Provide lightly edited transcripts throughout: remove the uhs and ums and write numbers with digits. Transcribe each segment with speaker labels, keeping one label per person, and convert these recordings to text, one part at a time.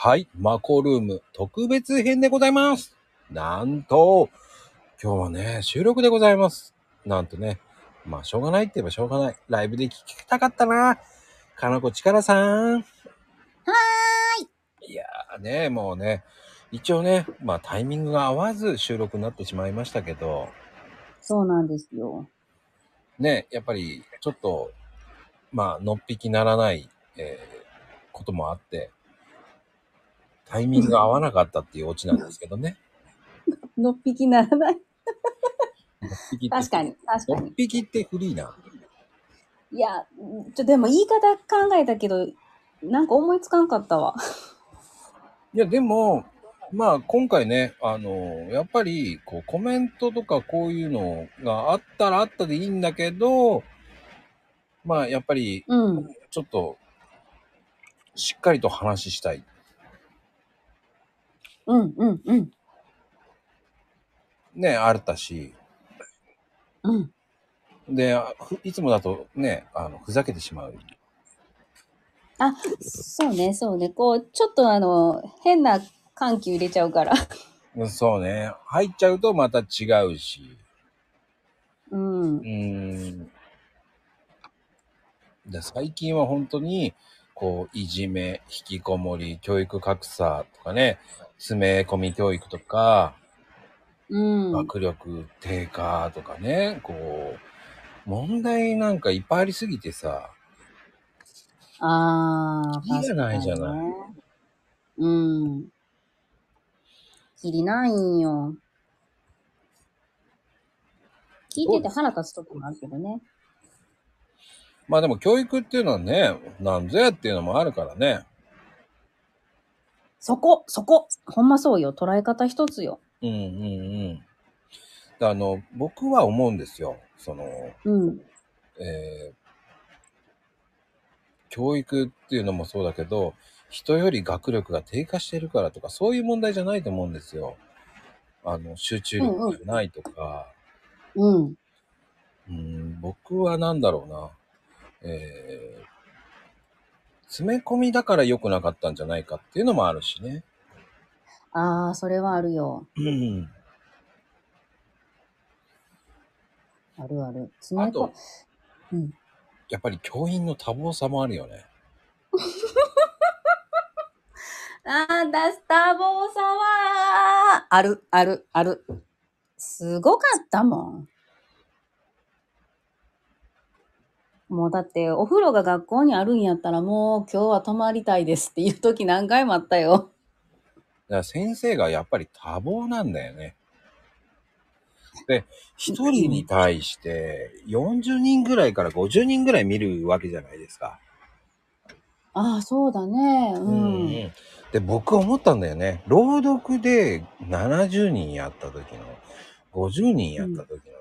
Speaker 1: はい、マコルーム特別編でございます。なんと、今日はね、収録でございます。なんとね、まあ、しょうがないって言えばしょうがない。ライブで聞きたかったな。かなこちからさん。
Speaker 2: はーい。
Speaker 1: いやーね、もうね、一応ね、まあ、タイミングが合わず収録になってしまいましたけど、
Speaker 2: そうなんですよ。
Speaker 1: ね、やっぱり、ちょっと、まあ、のっぴきならない、こともあって、タイミングが合わなかったっていうオチなんですけどね。
Speaker 2: のっぴきならない。
Speaker 1: のっぴきって、
Speaker 2: 確かに、確か
Speaker 1: のっ
Speaker 2: に。
Speaker 1: ぴきってフリーな。
Speaker 2: いや、でも言い方考えたけど、なんか思いつかんかったわ。
Speaker 1: いや、でも、まあ、今回ね、やっぱり、こう、コメントとかこういうのがあったらあったでいいんだけど、まあ、やっぱり、
Speaker 2: うん。
Speaker 1: ちょっと、しっかりと話したい。
Speaker 2: うん、うん、うん。
Speaker 1: ね、あったし、
Speaker 2: うん。
Speaker 1: で、いつもだとね、ふざけてしまう。
Speaker 2: あ、そうね、そうね。こう、ちょっと変な緩急入れちゃうから。
Speaker 1: そうね、入っちゃうとまた違うし。
Speaker 2: うん。
Speaker 1: で、最近は本当に、こう、いじめ、引きこもり、教育格差とかね、詰め込み教育とか、
Speaker 2: うん。
Speaker 1: 学力低下とかね、こう、問題なんかいっぱいありすぎてさ、
Speaker 2: あー、
Speaker 1: キリがない
Speaker 2: 確かに
Speaker 1: じゃない。
Speaker 2: ね。うん。きりないんよ。聞いてて
Speaker 1: どうですか？
Speaker 2: 腹立つ時もあるけどね。
Speaker 1: まあでも教育っていうのはね、なんぞやっていうのもあるからね。
Speaker 2: そこ。ほんまそうよ。捉え方一つよ。
Speaker 1: うんうんうん。僕は思うんですよ。
Speaker 2: うん。
Speaker 1: え教育っていうのもそうだけど、人より学力が低下してるからとか、そういう問題じゃないと思うんですよ。集中力
Speaker 2: うんうん。
Speaker 1: がないとか、
Speaker 2: うん。
Speaker 1: 僕はなんだろうな。詰め込みだから良くなかったんじゃないかっていうのもあるしね。
Speaker 2: ああ、それはあるよ。
Speaker 1: うん。
Speaker 2: あるある。
Speaker 1: あと、
Speaker 2: うん。
Speaker 1: やっぱり教員の多忙さもあるよね。
Speaker 2: ああ、ダスターボーさは、ある。すごかったもん。もうだって、お風呂が学校にあるんやったらもう今日は泊まりたいですっていう時何回もあったよ。
Speaker 1: だから先生がやっぱり多忙なんだよね。で、一人に
Speaker 2: うん。
Speaker 1: 対して40人ぐらいから50人ぐらい見るわけじゃないですか。
Speaker 2: ああ、そうだね。
Speaker 1: うんう
Speaker 2: うん。
Speaker 1: ん。で、僕思ったんだよね。朗読で70人やった時の、50人
Speaker 2: うん。
Speaker 1: やった時のって、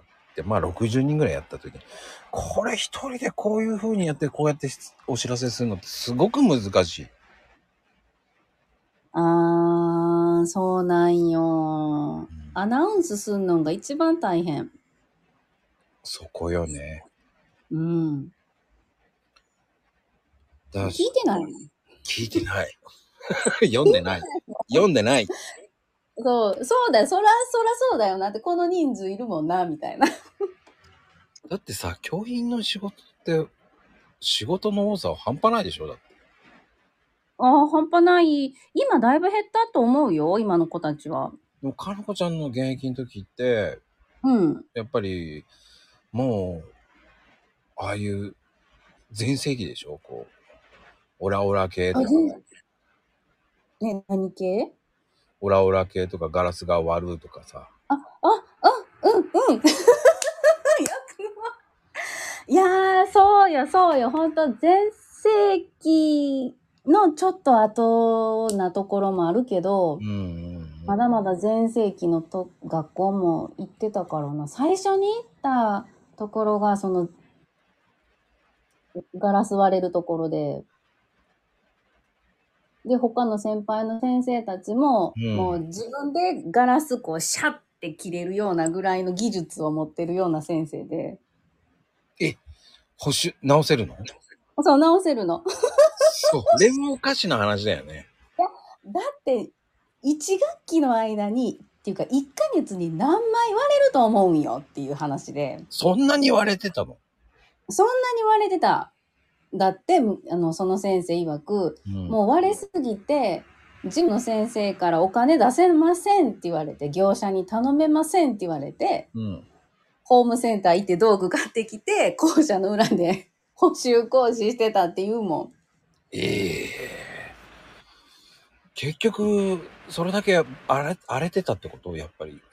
Speaker 1: まあ60人ぐらいやった時に、これ一人でこういう風にやって、こうやってお知らせするのってすごく難しい。
Speaker 2: ああ、そうなんよ。アナウンスすんのが一番大変。
Speaker 1: そこよね。
Speaker 2: うん。聞い
Speaker 1: だし、
Speaker 2: てない。
Speaker 1: 聞いてない。読んでない。読んでない。
Speaker 2: そうだよ。そらそうだよなって、この人数いるもんな、みたいな。
Speaker 1: だってさ、教員の仕事って、仕事の多さは半端ないでしょだって。
Speaker 2: ああ、半端ない。今だいぶ減ったと思うよ、今の子たちは。
Speaker 1: でも、かのこちゃんの現役の時って、
Speaker 2: うん。
Speaker 1: やっぱり、もう、ああいう全盛期でしょこう、オラオラ系
Speaker 2: あ、
Speaker 1: とか、
Speaker 2: ね、何系？
Speaker 1: オラオラ系とかガラスが割るとかさ。
Speaker 2: うん。いやー、そうよ。ほんと、全盛期のちょっと後なところもあるけど、
Speaker 1: うんうん
Speaker 2: まだまだ全盛期の学校も行ってたからな。最初に行ったところが、その、ガラス割れるところで、で、他の先輩の先生たちも、
Speaker 1: うん。うん。
Speaker 2: もう自分でガラスこう、シャッて切れるようなぐらいの技術を持ってるような先生で、
Speaker 1: え、直せるの？
Speaker 2: そう、直せるの。
Speaker 1: それもおかしな話だよね。
Speaker 2: だって、1学期の間に、っていうか、1ヶ月に何枚割れると思うんよっていう話で。
Speaker 1: そんなに言われてたの？
Speaker 2: そんなに割れてた。だって、その先生曰く、もう割れすぎて、事務の先生からお金出せませんって言われて、業者に頼めませんって言われて、ホームセンター行って道具買ってきて、校舎の裏で補習講師してたっていうもん。
Speaker 1: 結局、それだけ荒れてたってこと？やっぱり、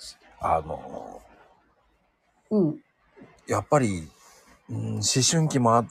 Speaker 1: やっぱり、思春期もあって。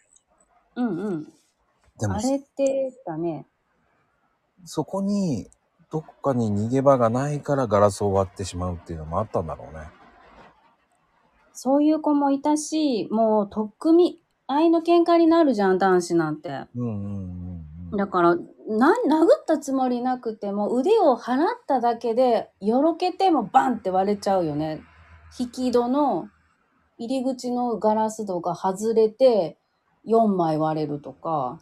Speaker 2: でも荒れてたね。
Speaker 1: そこに、どっかに逃げ場がないからガラスを割ってしまうっていうのもあったんだろうね。
Speaker 2: そういう子もいたし、もうとっくみ、愛の喧嘩になるじゃん、男子なんて。だから、殴ったつもりなくても、腕を払っただけで、よろけてもバンって割れちゃうよね。引き戸の入り口のガラス戸が外れて、4枚割れるとか。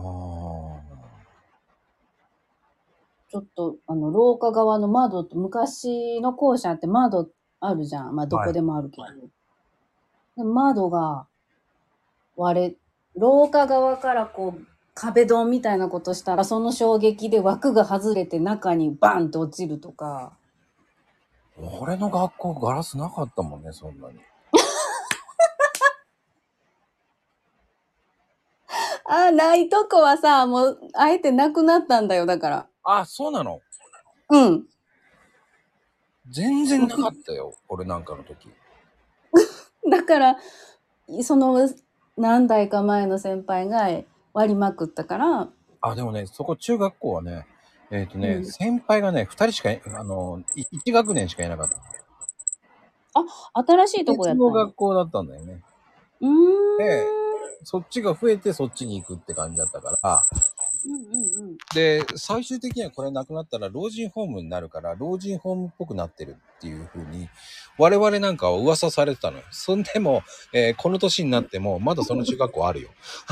Speaker 2: ちょっと、廊下側の窓と、昔の校舎って窓あるじゃん。まあ、どこでもあるけど。で窓が割れ、廊下側からこう、壁ドンみたいなことしたら、その衝撃で枠が外れて中にバンと落ちるとか。
Speaker 1: 俺の学校ガラスなかったもんね、そんなに。
Speaker 2: ないとこはさ、もう、あえてなくなったんだよ、だから。
Speaker 1: あ、そうなの？
Speaker 2: うん。
Speaker 1: 全然なかったよ、俺なんかの時。
Speaker 2: だから、その、何代か前の先輩が割りまくったから。
Speaker 1: でもね、そこ中学校はね、先輩がね、2人しか、1学年しかいなかった。
Speaker 2: 新しいとこやった
Speaker 1: 別の学校だったんだよね。で、そっちが増えてそっちに行くって感じだったから。で、最終的にはこれなくなったら老人ホームになるから、老人ホームっぽくなってるっていう風に、我々なんかは噂されてたのよ。そんでも、この年になっても、まだその中学校あるよ。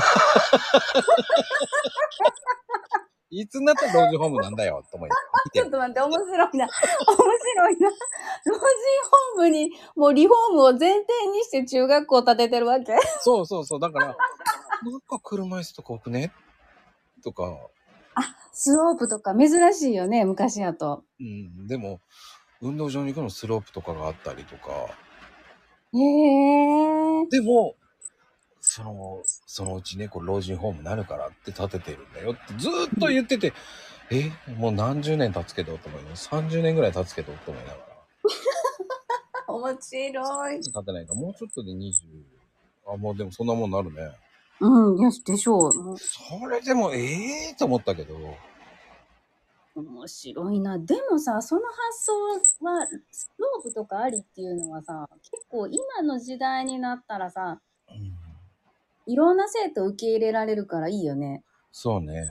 Speaker 1: いつになったら老人ホームなんだよ、と思いながら見て
Speaker 2: ちょっと待って、面白いな。面白いな。老人ホームに、もうリフォームを前提にして中学校建ててるわけ？
Speaker 1: そうそうそう。だから、なんか車椅子とか多くねとか。
Speaker 2: スロープとか珍しいよね、昔やと。
Speaker 1: でも、運動場に行くのスロープとかがあったりとか。でも、そのうちね、こう老人ホームになるからって建ててるんだよってずーっと言ってて、もう何十年経つけどと思います。30年ぐらい経つけどと思いながら。
Speaker 2: 面白い。
Speaker 1: 経てないか、もうちょっとで20。もうでもそんなもんなるね。
Speaker 2: よしでしょう。
Speaker 1: それでもと思ったけど。
Speaker 2: 面白いな。でもさ、その発想は、スロープとかありっていうのはさ、結構今の時代になったらさ、いろんな生徒受け入れられるからいいよね。
Speaker 1: そうね。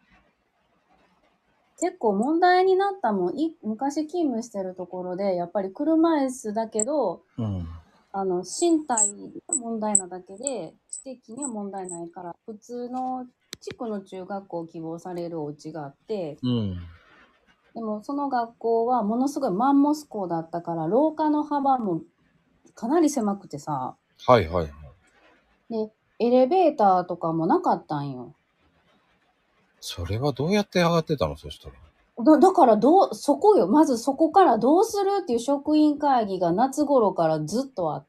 Speaker 2: 結構問題になったもん。昔勤務してるところで、やっぱり車椅子だけど、身体が問題なだけで、知的には問題ないから、普通の地区の中学校を希望されるお家があって、でもその学校はものすごいマンモス校だったから、廊下の幅もかなり狭くてさ。で、エレベーターとかもなかったんよ。
Speaker 1: それはどうやって上がってたの？そしたら。
Speaker 2: だからそこよ。まずそこからどうするっていう職員会議が夏頃からずっとあって、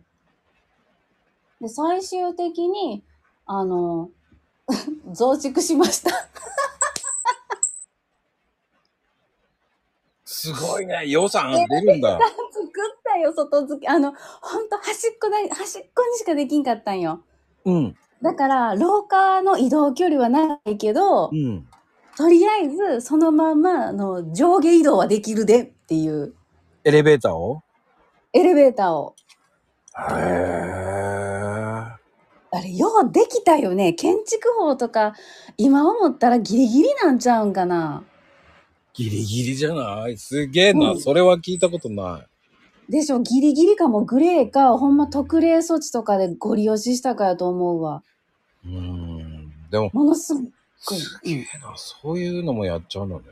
Speaker 2: で、最終的に、増築しました。
Speaker 1: すごいね。予算出るんだ。
Speaker 2: 作ったよ、外付け。ほんと端っこにしかできんかったんよ。だから、廊下の移動距離はないけど、とりあえず、そのまま、上下移動はできるでっていう。
Speaker 1: エレベーターを。
Speaker 2: あれ、ようできたよね。建築法とか、今思ったらギリギリなんちゃうんかな。
Speaker 1: ギリギリじゃない？すげえな、それは聞いたことない。
Speaker 2: でしょ、ギリギリかもグレーか、ほんま特例措置とかでご利用ししたかやと思うわ。
Speaker 1: でも、
Speaker 2: ものすごい。
Speaker 1: すげえな、そういうのもやっちゃうのね。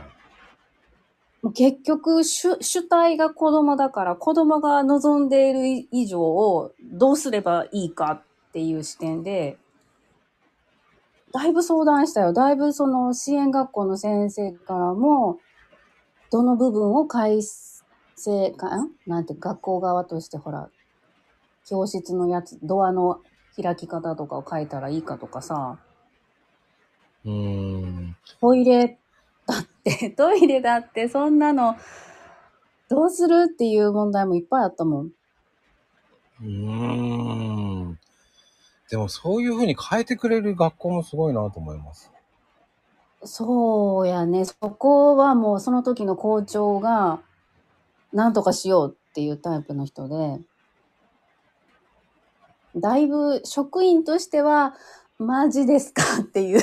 Speaker 2: 結局主体が子供だから、子供が望んでいる以上をどうすればいいかっていう視点で、だいぶ相談したよ。だいぶその支援学校の先生からも、どの部分を改正か、なんて学校側としてほら、教室のやつ、ドアの開き方とかを書いたらいいかとかさ、トイレトイレだってそんなのどうするっていう問題もいっぱいあったもん。
Speaker 1: でもそういう風に変えてくれる学校もすごいなと思います。
Speaker 2: そうやね。そこはもうその時の校長が何とかしようっていうタイプの人で、だいぶ職員としてはマジですかっていう。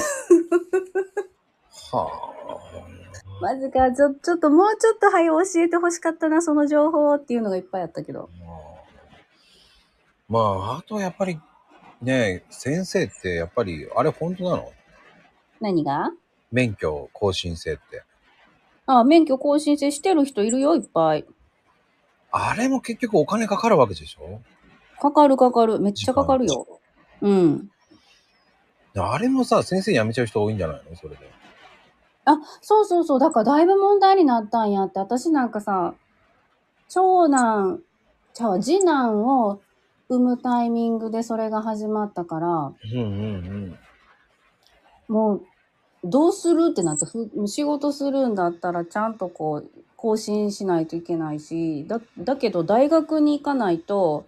Speaker 1: は
Speaker 2: マジか、ちょっともうちょっと早教えてほしかったな、その情報っていうのがいっぱいあったけど。
Speaker 1: まあ、あとやっぱりね、先生ってやっぱり、あれ本当なの？
Speaker 2: 何が？
Speaker 1: 免許更新制って。
Speaker 2: あ、免許更新制してる人いるよ、いっぱい。
Speaker 1: あれも結局お金かかるわけでしょ？
Speaker 2: かかる。めっちゃかかるよ。うん。
Speaker 1: あれもさ、先生辞めちゃう人多いんじゃないの？それで。
Speaker 2: あ、そう。だからだいぶ問題になったんやって。私なんかさ、次男を産むタイミングでそれが始まったから、もう、どうするってなって、仕事するんだったらちゃんとこう、更新しないといけないし、だけど大学に行かないと、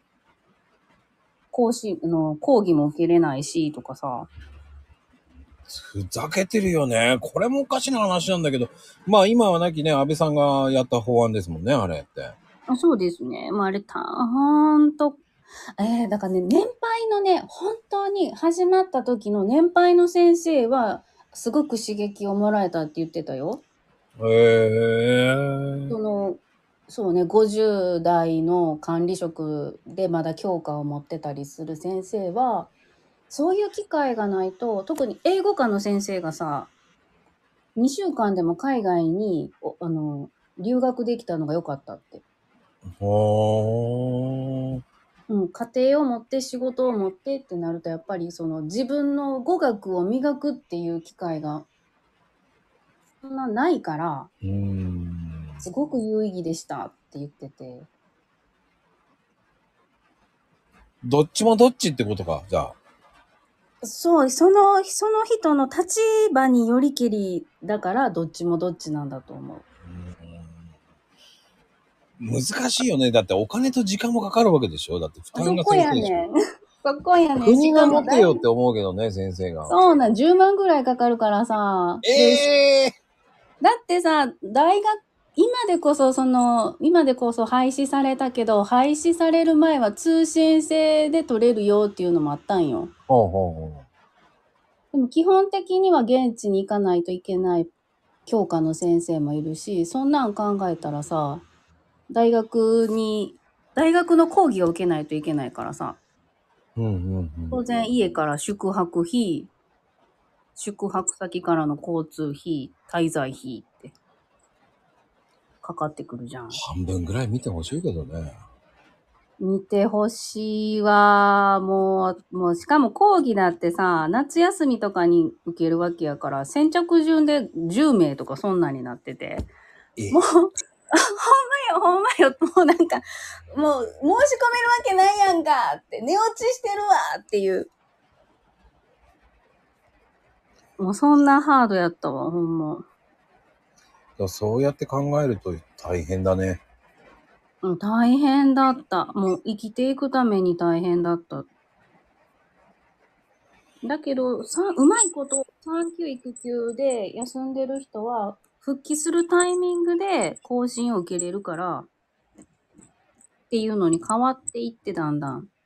Speaker 2: 講義も受けれないし、とかさ。
Speaker 1: ふざけてるよね。これもおかしな話なんだけど。まあ今はなきね、安倍さんがやった法案ですもんね、あれって。
Speaker 2: そうですね。まああれ、ほんと、だからね、年配のね、本当に始まった時の年配の先生は、すごく刺激をもらえたって言ってたよ。そうね、50代の管理職でまだ教科を持ってたりする先生は、そういう機会がないと、特に英語科の先生がさ、2週間でも海外に、留学できたのが良かったって。家庭を持って仕事を持ってってなると、やっぱりその自分の語学を磨くっていう機会がそんなないから、すごく有意義でしたって言ってて。
Speaker 1: どっちもどっちってことか、じゃあ。
Speaker 2: そう、その人の立場によりけりだから、どっちもどっちなんだと思う。
Speaker 1: 難しいよね。だってお金と時間もかかるわけでしょ？だって負担が
Speaker 2: そこ
Speaker 1: 先生でしょ？
Speaker 2: やねん。そこやねん。し
Speaker 1: 国が持
Speaker 2: かも
Speaker 1: てよって思うけどね、先生が。
Speaker 2: そうなん、10万ぐらいかかるからさ。だってさ、今でこそ廃止されたけど、廃止される前は通信制で取れるよっていうのもあったんよ。でも基本的には現地に行かないといけない教科の先生もいるし、そんなん考えたらさ、大学の講義を受けないといけないからさ、当然家から宿泊費、宿泊先からの交通費、滞在費ってかかってくるじゃん。
Speaker 1: 半分ぐらい見てほしいけどね。
Speaker 2: 見てほしいわ。もう、しかも講義だってさ、夏休みとかに受けるわけやから、先着順で10名とかそんなになってて。もう、ほんまよ。もうなんか、もう申し込めるわけないやんかって、寝落ちしてるわっていう。もうそんなハードやったわ、ほんま。
Speaker 1: そうやって考えると大変だね。
Speaker 2: 大変だった。もう生きていくために大変だった。だけど、うまいこと、産休育休で休んでる人は、復帰するタイミングで更新を受けれるから、っていうのに変わっていってだんだん。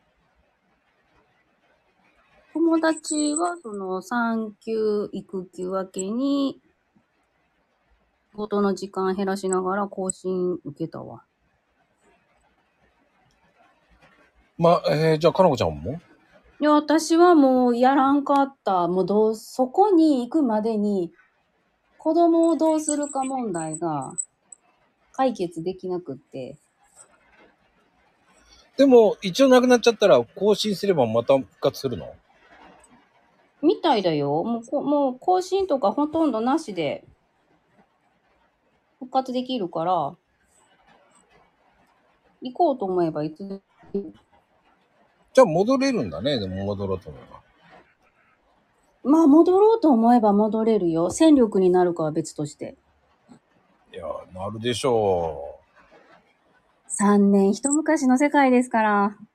Speaker 2: 友達は、その産休育休明けに、仕事の時間減らしながら更新受けたわ。
Speaker 1: じゃあ、かなこちゃんも？
Speaker 2: いや、私はもうやらんかった。もうそこに行くまでに、子供をどうするか問題が解決できなくって。
Speaker 1: でも、一応なくなっちゃったら、更新すればまた復活するの？
Speaker 2: みたいだよ。もう更新とかほとんどなしで復活できるから、行こうと思えばいつでも。
Speaker 1: じゃあ戻れるんだね、でも戻ろうと思えば。
Speaker 2: まあ戻ろうと思えば戻れるよ。戦力になるかは別として。
Speaker 1: いや、なるでしょ
Speaker 2: 3年一昔の世界ですから。
Speaker 1: う。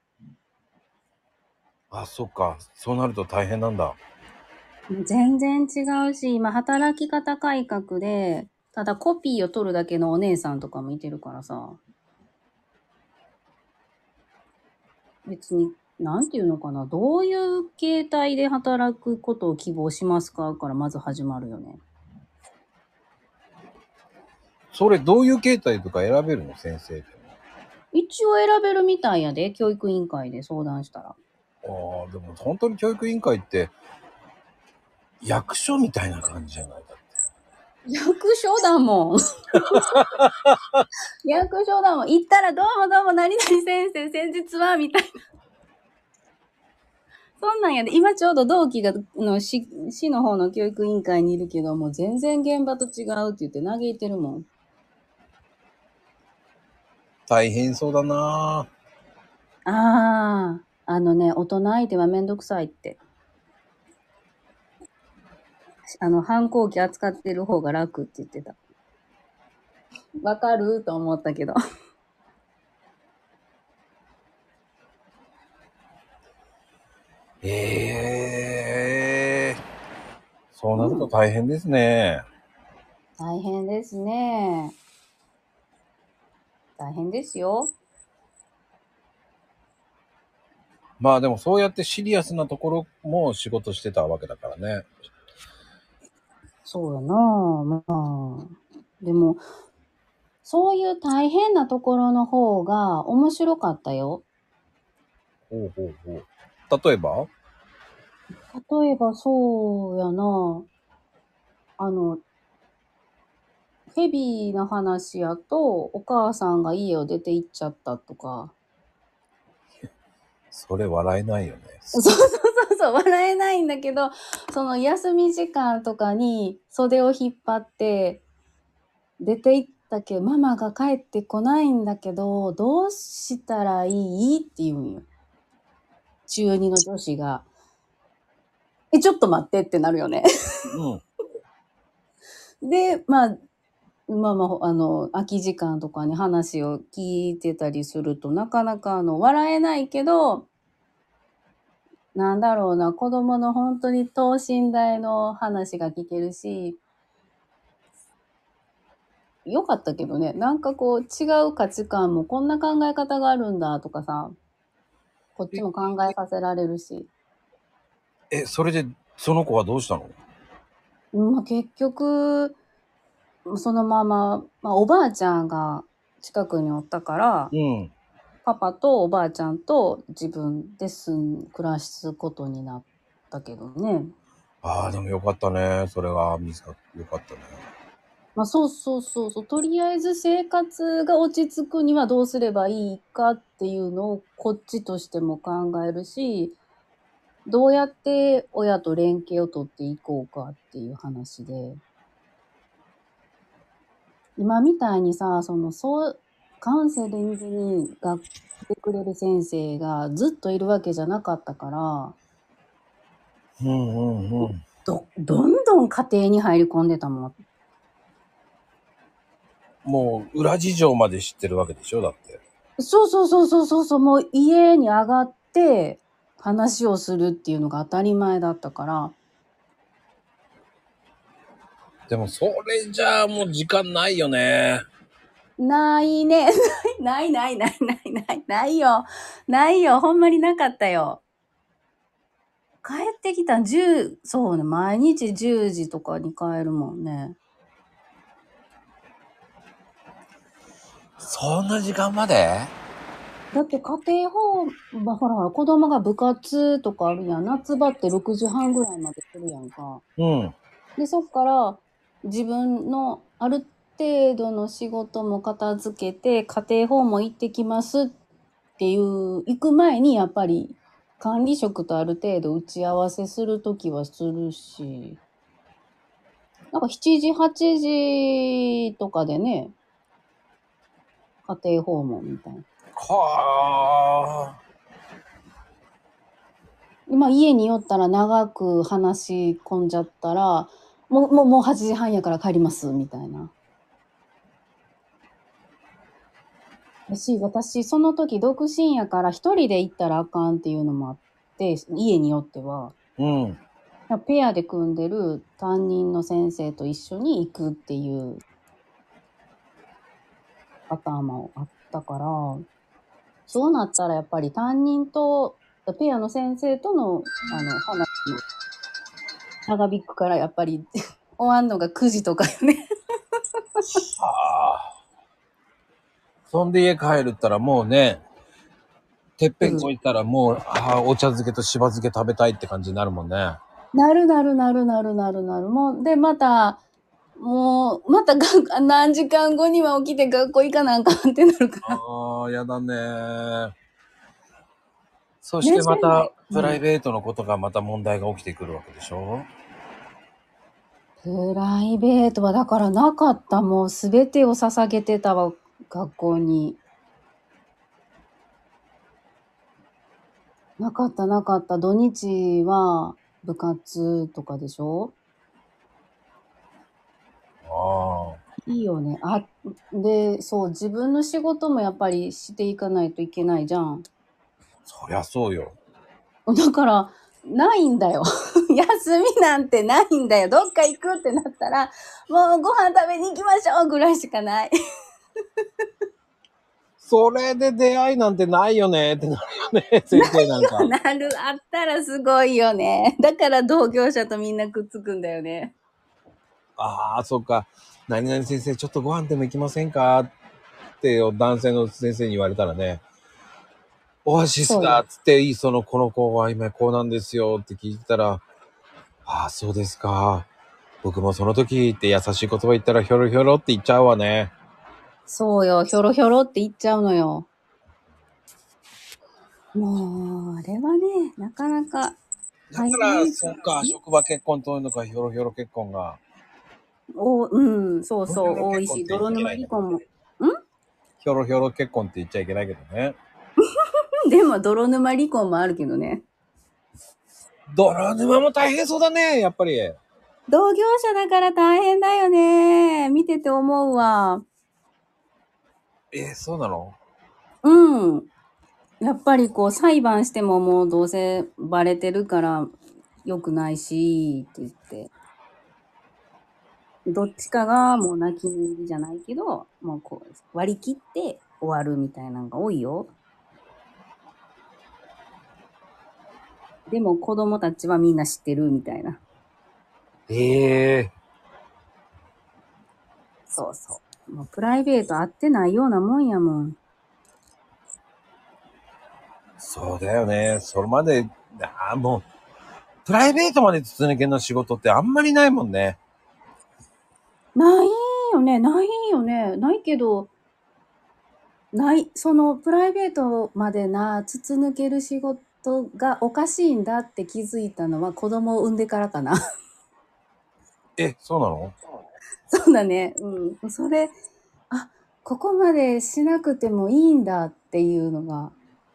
Speaker 1: あ、そっか。そうなると大変なんだ。
Speaker 2: 全然違うし、今働き方改革で、ただコピーを取るだけのお姉さんとかもいてるからさ。別に、なんていうのかな。どういう形態で働くことを希望しますかからまず始まるよね。
Speaker 1: それどういう形態とか選べるの？先生でも。
Speaker 2: 一応選べるみたいやで、教育委員会で相談したら。
Speaker 1: ああ、でも本当に教育委員会って役所みたいな感じじゃない？だって。
Speaker 2: 役所だもん。役所だもん。行ったらどうもどうも何々先生、先日は、みたいな。そんなんやで、今ちょうど同期が、市の方の教育委員会にいるけど、もう全然現場と違うって言って嘆いてるもん。
Speaker 1: 大変そうだな
Speaker 2: ああ、大人相手はめんどくさいって。反抗期扱ってる方が楽って言ってた。わかると思ったけど。
Speaker 1: ええー、そうなると
Speaker 2: うん。
Speaker 1: 大変ですね。
Speaker 2: 大変ですね。大変ですよ。
Speaker 1: まあでもそうやってシリアスなところも仕事してたわけだからね。
Speaker 2: そうやなぁ。まあ。でも、そういう大変なところの方が面白かったよ。
Speaker 1: ほうほうほう。例えば？
Speaker 2: 例えばそうやな。あの、ヘビーな話やと、お母さんが家を出て行っちゃったとか。
Speaker 1: それ笑えないよね。
Speaker 2: そうそうそうそう、笑えないんだけど、その休み時間とかに袖を引っ張って出て行ったけど、ママが帰ってこないんだけど、どうしたらいいって言うんよ。中二の女子が。ちょっと待ってってなるよね。
Speaker 1: うん。
Speaker 2: で、空き時間とかに話を聞いてたりするとなかなか笑えないけど、なんだろうな、子供の本当に等身大の話が聞けるし、よかったけどね、なんかこう違う価値観もこんな考え方があるんだとかさ、こっちも考えさせられるし。
Speaker 1: それでその子はどうしたの？
Speaker 2: 結局、そのまま、おばあちゃんが近くにおったから、
Speaker 1: うん。
Speaker 2: パパとおばあちゃんと自分で暮らすことになったけどね。
Speaker 1: ああ、でもよかったね。それが見つかってよかったね。
Speaker 2: そうそうそうそう。とりあえず生活が落ち着くにはどうすればいいかっていうのをこっちとしても考えるし、どうやって親と連携を取っていこうかっていう話で。今みたいにさ、カウンセリングに来てくれる先生がずっといるわけじゃなかったから、
Speaker 1: うんうんうん。
Speaker 2: どんどん家庭に入り込んでたもん。
Speaker 1: もう裏事情まで知ってるわけでしょ？だって。
Speaker 2: そうそうそうそうそうそう、もう家に上がって話をするっていうのが当たり前だったから。
Speaker 1: でもそれじゃあもう時間ないよね。
Speaker 2: ないね。ないないないないないないよ。ないよ。ほんまになかったよ。帰ってきたんそうね、毎日10時とかに帰るもんね。
Speaker 1: そんな時間まで？
Speaker 2: だって家庭法、ほらほら、子供が部活とかあるやん。夏場って6時半ぐらいまでするやんか。
Speaker 1: うん。
Speaker 2: で、そっから自分のある程度の仕事も片付けて、家庭法も行ってきますっていう、行く前にやっぱり管理職とある程度打ち合わせするときはするし、なんか7時、8時とかでね、家庭訪問みたいな。
Speaker 1: はあ。
Speaker 2: まあ家に寄ったら長く話し込んじゃったら、もう8時半やから帰りますみたいな。私、その時独身やから一人で行ったらあかんっていうのもあって、家によっては。
Speaker 1: うん。
Speaker 2: ペアで組んでる担任の先生と一緒に行くっていうパターンもあったから、そうなったらやっぱり担任と、ペアの先生との、話も長引くからやっぱり終わんのが9時とかよね。
Speaker 1: はあ。そんで家帰るったらもうね、てっぺん越えたらもう、お茶漬けとしば漬け食べたいって感じになるもんね。
Speaker 2: なる。もう、で、また何時間後には起きて学校行かなあかんってなるから。
Speaker 1: ああ、やだね。そし
Speaker 2: ね、
Speaker 1: てまた、プライ
Speaker 2: うん。
Speaker 1: ベートのことがまた問題が起きてくるわけでしょ？
Speaker 2: プライベートはだからなかった。もうすべてを捧げてたわ、学校に。なかった。土日は部活とかでしょ？
Speaker 1: ああ、
Speaker 2: いいよね。で、そう、自分の仕事もやっぱりしていかないといけないじゃん。
Speaker 1: そりゃそうよ。
Speaker 2: だから、ないんだよ。休みなんてないんだよ。どっか行くってなったら、もうご飯食べに行きましょうぐらいしかない。
Speaker 1: それで出会いなんてないよねってなるよね、先生なんか。
Speaker 2: あったらすごいよね。だから同業者とみんなくっつくんだよね。
Speaker 1: ああ、そっか。何々先生、ちょっとご飯でも行きませんかって男性の先生に言われたらね、オアシス
Speaker 2: そうよ。
Speaker 1: だっつって、この子は今こうなんですよって聞いたら、ああ、そうですか。僕もその時って優しい言葉言ったらひょろひょろって言っちゃうわね。
Speaker 2: そうよ。ひょろひょろって言っちゃうのよ。もう、あれはね、なかなか大
Speaker 1: だから、
Speaker 2: 変。
Speaker 1: そっか、職場結婚というのか、ひょろひょろ結婚が。
Speaker 2: うん、そうそう、
Speaker 1: ひょろひょろ
Speaker 2: 多いし、
Speaker 1: 結婚って言っちゃいけ
Speaker 2: 泥沼
Speaker 1: ないんだけどね。
Speaker 2: 離婚も。
Speaker 1: ひょろひょろ結婚って言っちゃいけないけどね。
Speaker 2: でも、泥沼離婚もあるけどね。
Speaker 1: 泥沼も大変そうだね、やっぱり。
Speaker 2: 同業者だから大変だよね。見てて思うわ。
Speaker 1: そうなの？
Speaker 2: うん。やっぱりこう、裁判してももうどうせバレてるから良くないし、って言って。どっちかがもう泣き寝入りじゃないけど、もうこう、割り切って終わるみたいなのが多いよ。でも子供たちはみんな知ってるみたいな。
Speaker 1: ええ
Speaker 2: そうそう。もうプライベート合ってないようなもんやもん。
Speaker 1: そうだよね。それまで、もう、プライベートまで筒抜けの仕事ってあんまりないもんね。
Speaker 2: ないよね、ないよね。ないけど、そのプライベートまで筒抜ける仕事がおかしいんだって気づいたのは子供を産んでからかな。
Speaker 1: そうなの？
Speaker 2: そうだね。うん。ここまでしなくてもいいんだっていうのが、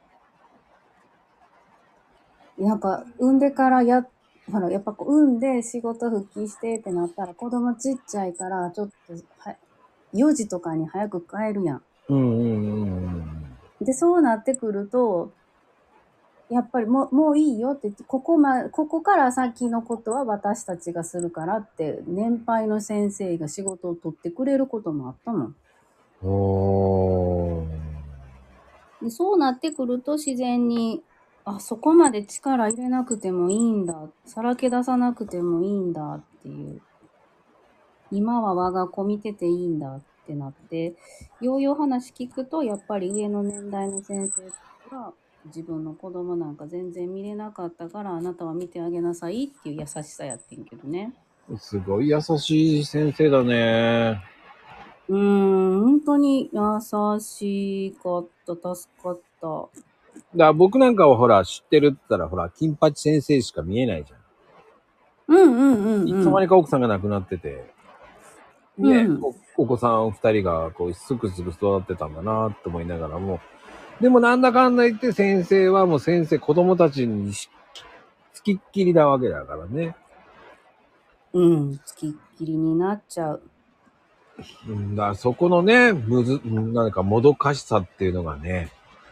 Speaker 2: なんか、産んでからほら、やっぱ産んで仕事復帰してってなったら子供ちっちゃいから、ちょっと、4時とかに早く帰るやん。
Speaker 1: うんうんうん
Speaker 2: で、そうなってくると、やっぱりもういいよって言って、ここから先のことは私たちがするからって、年配の先生が仕事を取ってくれることもあったもん。
Speaker 1: うん。おー。
Speaker 2: で、そうなってくると自然に、そこまで力入れなくてもいいんだ。さらけ出さなくてもいいんだっていう。今は我が子見てていいんだ。 ってなって、ようよう話聞くと、やっぱり上の年代の先生が、自分の子供なんか全然見れなかったから、あなたは見てあげなさいっていう優しさやってんけどね。
Speaker 1: すごい優しい先生だね。
Speaker 2: 本当に優しかった、助かった。
Speaker 1: だから僕なんかはほら、知ってるって言ったら、ほら、金八先生しか見えないじゃん。いつの間にか奥さんが亡くなってて、ね、お子さん二人がこう、すくすく育ってたんだなって思いながらも、でもなんだかんだ言って先生はもう先生、子供たちにつきっきりなわけだからね。
Speaker 2: つきっきりになっちゃう。
Speaker 1: だからそこのね、なんかもどかしさっていうのがね。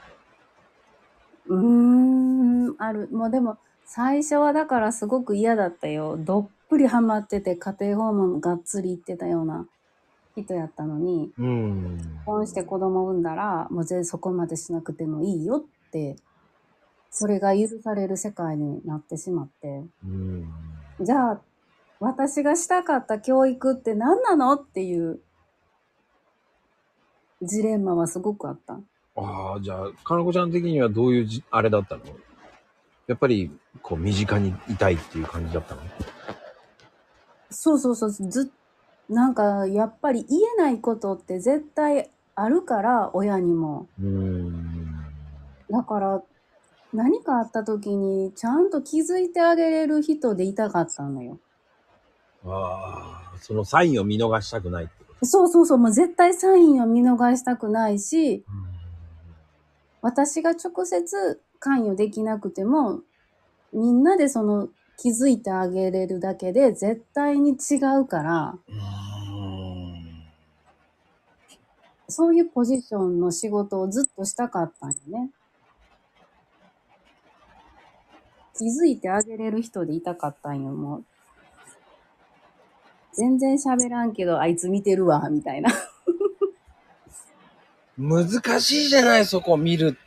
Speaker 2: ある。もうでも、最初はだからすごく嫌だったよ。どっぷりハマってて、家庭訪問がっつり行ってたような人やったのに、結婚して子供産んだら、もう全然そこまでしなくてもいいよって、それが許される世界になってしまって。じゃあ、私がしたかった教育って何なのっていうジレンマはすごくあった。
Speaker 1: ああ、じゃあ、かなこちゃん的にはどういうあれだったの？やっぱり、こう、身近にいたいっていう感じだったの？
Speaker 2: そうそうそう、なんか、やっぱり言えないことって絶対あるから、親にも。だから、何かあった時に、ちゃんと気づいてあげれる人でいたかったのよ。
Speaker 1: ああ、そのサインを見逃したくないってこと？
Speaker 2: そうそうそう、もう絶対サインを見逃したくないし、私が直接関与できなくても、みんなでその気づいてあげれるだけで絶対に違うから、そういうポジションの仕事をずっとしたかったんよね。気づいてあげれる人でいたかったんよ、もう。全然喋らんけど、あいつ見てるわ、みたいな。
Speaker 1: 難しいじゃない、そこ見るって。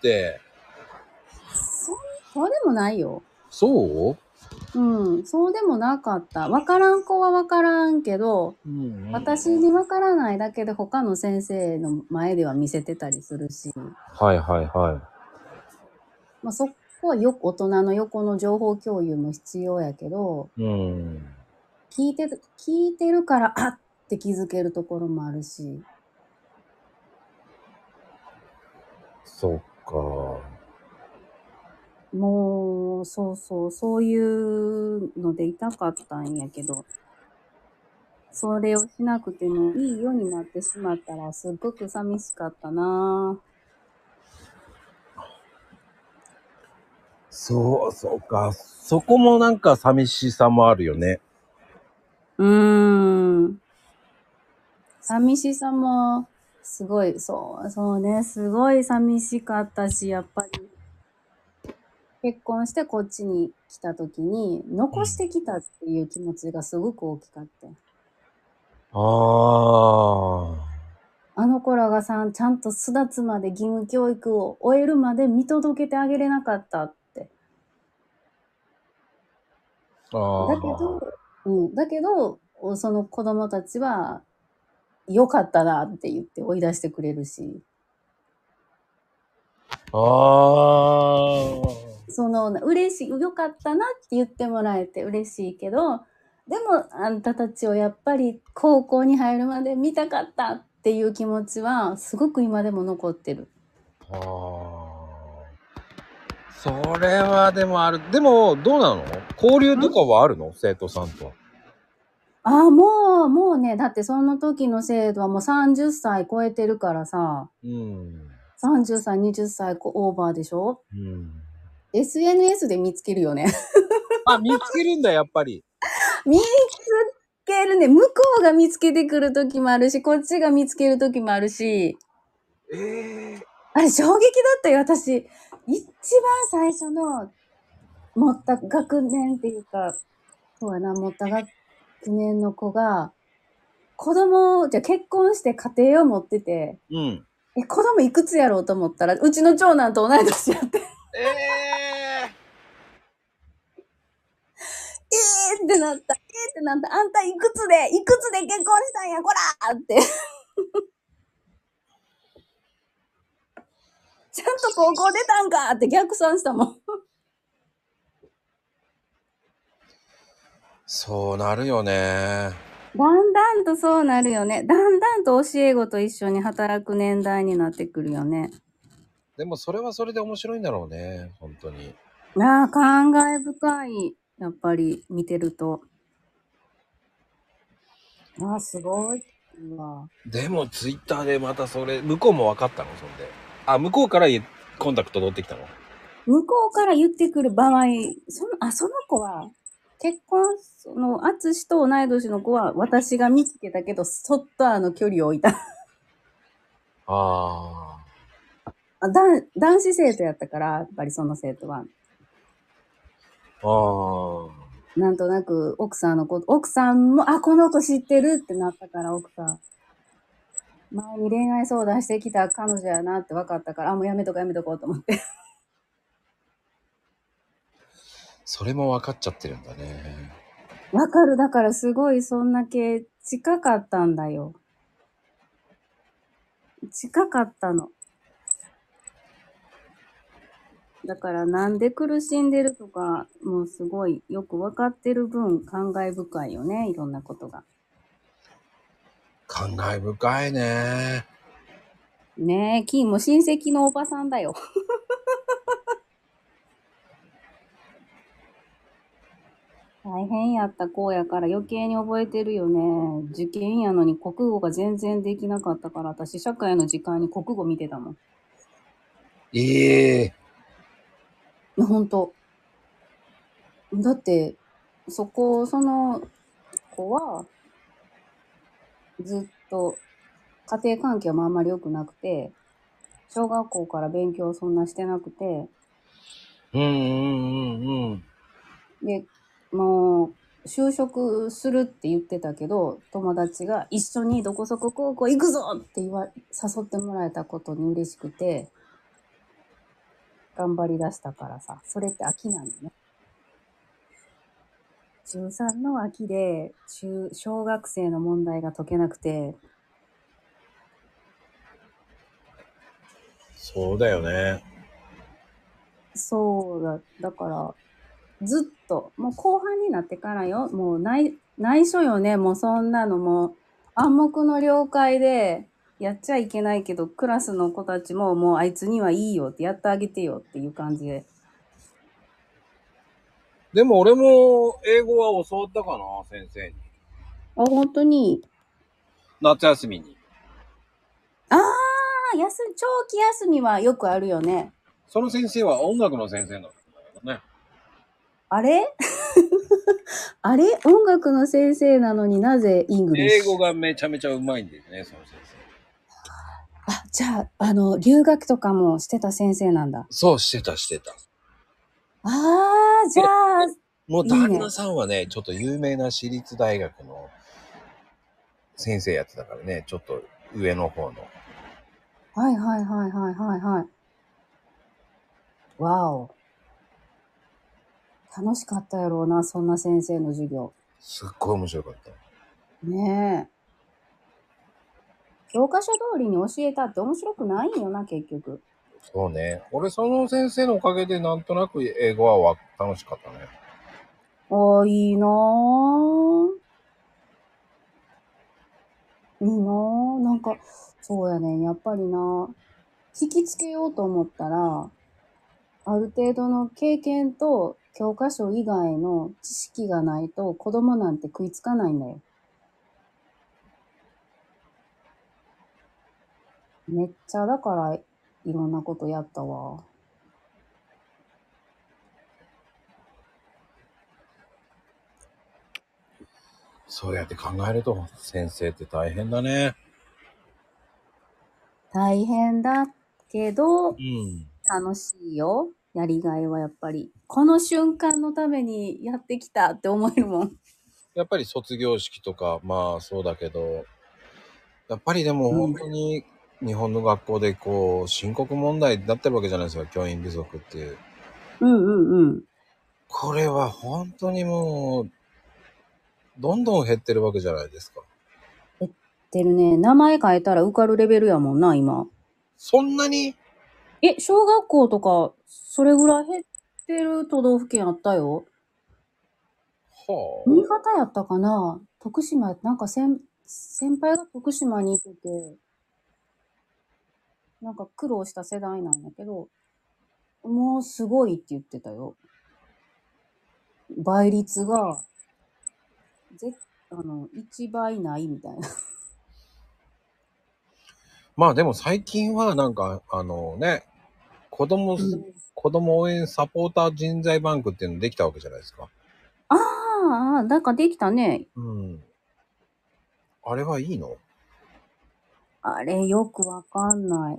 Speaker 2: そうでもないよ。
Speaker 1: そう？
Speaker 2: そうでもなかった。わからん子はわからんけど、私にわからないだけで他の先生の前では見せてたりするし。
Speaker 1: はいはいはい。
Speaker 2: まあ、そこは大人の横の情報共有も必要やけど、聞いてるから、あって気づけるところもあるし。
Speaker 1: そっか。
Speaker 2: もう、そういうのでいたかったんやけど、それをしなくてもいいようになってしまったら、すっごく寂しかったなぁ。
Speaker 1: そうか。そこもなんか寂しさもあるよね。
Speaker 2: 寂しさも、すごい、そうね、すごい寂しかったし、やっぱり、結婚してこっちに来た時に、残してきたっていう気持ちがすごく大きかった。あの子らがちゃんと巣立つまで義務教育を終えるまで見届けてあげれなかったって。だけど、その子供たちは、良かったなって言って追い出してくれるし。嬉しい、良かったなって言ってもらえて嬉しいけど、でもあんたたちをやっぱり高校に入るまで見たかったっていう気持ちはすごく今でも残ってる。
Speaker 1: それはでもある。でもどうなの？交流とかはあるの？生徒さんと。
Speaker 2: もうね、だってその時の生徒はもう30歳超えてるからさ、30歳、20歳オーバーでしょ？SNS で見つけるよね。
Speaker 1: 見つけるんだ、やっぱり。
Speaker 2: 見つけるね。向こうが見つけてくる時もあるし、こっちが見つける時もあるし。あれ衝撃だったよ、私。一番最初の持った学年っていうか、そうやな、持った学年の子が、結婚して家庭を持ってて、子供いくつやろうと思ったら、うちの長男と同い年やって。ってなった。あんたいくつで結婚したんや、こらって。 と高校出たんかって逆算したもん。
Speaker 1: そうなるよね。
Speaker 2: だんだんとそうなるよね。だんだんと教え子と一緒に働く年代になってくるよね。
Speaker 1: でもそれはそれで面白いんだろうね。本当に。
Speaker 2: ああ、感慨深い。やっぱり見てると。ああ、すごいわ。
Speaker 1: でもツイッターでまたそれ、向こうも分かったのそんで。あ、向こうからコンタクト取ってきたの？
Speaker 2: 向こうから言ってくる場合、その子は、結婚、あつしと同い年の子は私が見つけたけど、そっと距離を置いた。
Speaker 1: あ
Speaker 2: 男子生徒やったから、やっぱりその生徒は。
Speaker 1: あ。ああ。
Speaker 2: なんとなく奥さんも、この子知ってるってなったから、奥さん。前に恋愛相談してきた彼女やなって分かったから、もうやめとこうと思って。
Speaker 1: それも分かっちゃってるんだね。
Speaker 2: わかる。だからすごいそんだけ近かったんだよ。近かったの。だからなんで苦しんでるとか、もうすごいよく分かってる分、感慨深いよね。いろんなことが。
Speaker 1: 感慨深いね。
Speaker 2: ねえ、キーも親戚のおばさんだよ。大変やった子やから余計に覚えてるよね。受験やのに国語が全然できなかったから、私社会の時間に国語見てたもん。
Speaker 1: ええ
Speaker 2: いや、ほんと。だって、その子は、ずっと家庭環境もあんまり良くなくて、小学校から勉強そんなしてなくて、
Speaker 1: うんうんうんうん。
Speaker 2: で、もう、就職するって言ってたけど、友達が一緒にどこそこ高校行くぞって誘ってもらえたことに嬉しくて、頑張り出したからさ、それって秋なのね。中3の秋で、小学生の問題が解けなくて、
Speaker 1: そうだよね。
Speaker 2: だから、ずっと、もう後半になってからよ、もう内緒よね、もうそんなのもう暗黙の了解で、やっちゃいけないけど、クラスの子たちももうあいつにはいいよってやってあげてよっていう感じで。
Speaker 1: でも俺も英語は教わったかな、先生に。
Speaker 2: 本当に。
Speaker 1: 夏休みに。
Speaker 2: 長期休みはよくあるよね。
Speaker 1: その先生は音楽の先生なんだよね。
Speaker 2: あれあれ音楽の先生なのになぜイングリッシュ？
Speaker 1: 英語がめちゃめちゃうまいんですね、その先生。
Speaker 2: じゃあ、留学とかもしてた先生なんだ。
Speaker 1: そう、してた。
Speaker 2: じゃあ、
Speaker 1: もう
Speaker 2: いいね。
Speaker 1: 旦那さんはね、ちょっと有名な私立大学の先生やってたからね、ちょっと上の方の。
Speaker 2: はいはいはいはいはいはい。わお。楽しかったやろうな、そんな先生の授業。
Speaker 1: すっごい面白かった。
Speaker 2: ねえ。教科書通りに教えたって面白くないんよな、結局。
Speaker 1: そうね。俺その先生のおかげでなんとなく英語は楽しかったね。
Speaker 2: いいなぁ。いいなぁ。なんか、そうやね。やっぱりな、引きつけようと思ったら、ある程度の経験と教科書以外の知識がないと子供なんて食いつかないんだよ。めっちゃだからいろんなことやったわ。
Speaker 1: そうやって考えると先生って大変だね。
Speaker 2: 大変だけど、
Speaker 1: うん。
Speaker 2: 楽しいよ。やりがいはやっぱり。この瞬間のためにやってきたって思えるもん。
Speaker 1: やっぱり卒業式とか、まあそうだけど、やっぱりでも
Speaker 2: うん。
Speaker 1: 本当に日本の学校でこう深刻問題になってるわけじゃないですか、教員不足っていう。
Speaker 2: うんうんうん。
Speaker 1: これは本当にもう、どんどん減ってるわけじゃないですか。
Speaker 2: 言ってるね。名前変えたら受かるレベルやもんな、今。
Speaker 1: そんなに？
Speaker 2: 小学校とか、それぐらい減ってる都道府県あったよ。
Speaker 1: は
Speaker 2: 新潟やったかな、徳島、なんか先輩が徳島にいてて、なんか苦労した世代なんだけど、もうすごいって言ってたよ。倍率が、ぜ、1倍ないみたいな。
Speaker 1: まあでも最近はなんか、子供、
Speaker 2: うん、
Speaker 1: 子供応援サポーター人材バンクっていうのできたわけじゃないですか。
Speaker 2: ああ、なんかできたね。
Speaker 1: うん。あれはいいの？
Speaker 2: あれ、よくわかんない。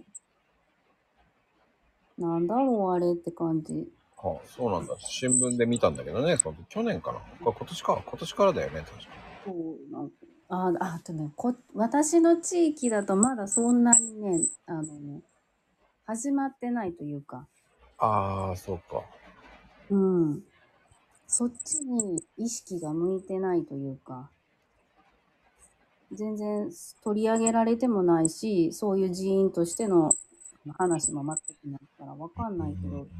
Speaker 2: なんだろう、あれって感じ。
Speaker 1: はあ、そうなんだ。新聞で見たんだけどね、その去年かな。今年か。今年からだよね、確か。
Speaker 2: そうなんかあとね、私の地域だとまだそんなにね、始まってないというか、
Speaker 1: ああ、そうか。
Speaker 2: うん。そっちに意識が向いてないというか、全然取り上げられてもないし、そういう人員としての話も全くないからわかんないけど、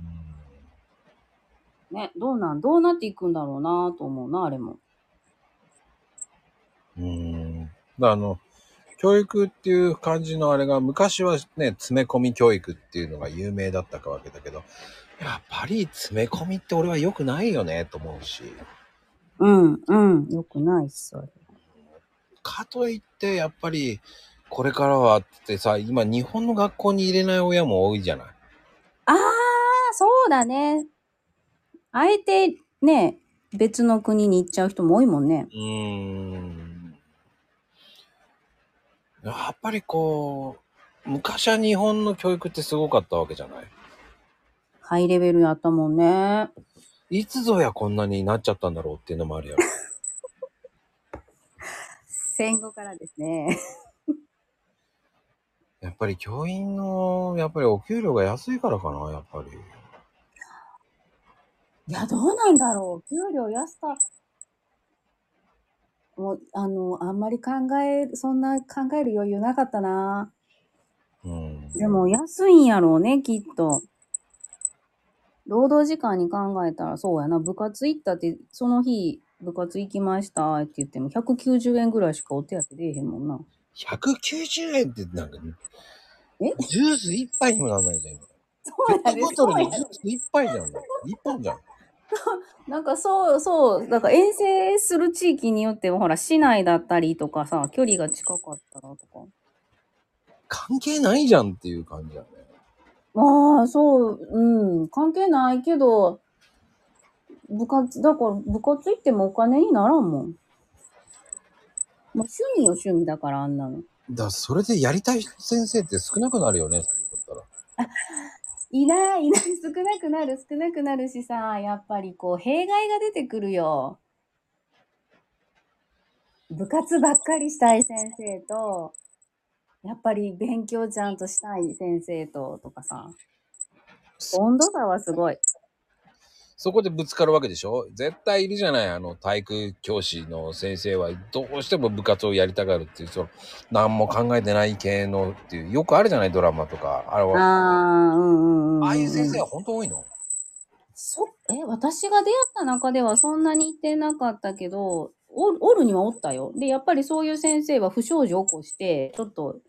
Speaker 2: ね、どうなっていくんだろうなと思うな、あれも。
Speaker 1: だ教育っていう感じのあれが、昔はね、詰め込み教育っていうのが有名だったわけだけど、やっぱり詰め込みって俺は良くないよね、と思うし。
Speaker 2: うん、うん、よくないっす、それ。
Speaker 1: かといって、やっぱり、これからはってさ、今日本の学校に入れない親も多いじゃない。
Speaker 2: ああ、そうだね。あえてね、別の国に行っちゃう人も多いもんね。
Speaker 1: やっぱりこう、昔は日本の教育ってすごかったわけじゃない。
Speaker 2: ハイレベルやったもんね。
Speaker 1: いつぞやこんなになっちゃったんだろうっていうのもあるよ。
Speaker 2: 戦後からですね。
Speaker 1: やっぱり教員の、やっぱりお給料が安いからかな、やっぱり。
Speaker 2: いや、どうなんだろう。給料安か、もう、あんまりそんな考える余裕なかったな。
Speaker 1: うん。
Speaker 2: でも、安いんやろうね、きっと。労働時間に考えたらそうやな。部活行ったって、その日、部活行きましたって言っても、190円ぐらいしかお手当出えへんもんな。
Speaker 1: 190円ってなんか、
Speaker 2: え
Speaker 1: ジュース一杯にもなんないじゃん、今。ペッ
Speaker 2: そうやで、
Speaker 1: トボトル
Speaker 2: そうやで。
Speaker 1: にジュース一杯じゃん。一本じゃん。
Speaker 2: なんかなんか遠征する地域によっては、ほら、市内だったりとかさ、距離が近かったらとか。
Speaker 1: 関係ないじゃんっていう感じだね。
Speaker 2: ああ、そう、うん、関係ないけど、だから部活行ってもお金にならんもん。もう趣味よ、趣味だから、あんなの。
Speaker 1: それでやりたい先生って少なくなるよね、だったら。
Speaker 2: いない、少なくなるしさ、やっぱりこう、弊害が出てくるよ。部活ばっかりしたい先生と、やっぱり勉強ちゃんとしたい先生とかさ、温度差はすごい。
Speaker 1: そこでぶつかるわけでしょ。絶対いるじゃない。体育教師の先生はどうしても部活をやりたがるっていう、何も考えてない系のっていう、よくあるじゃない、ドラマとか。
Speaker 2: ああ、うん
Speaker 1: ああいう
Speaker 2: うんうんうん。
Speaker 1: 先生は本当多いの？
Speaker 2: 私が出会った中ではそんなに行ってなかったけど、おるにはおったよ。で、やっぱりそういう先生は不祥事を起こして、ちょっと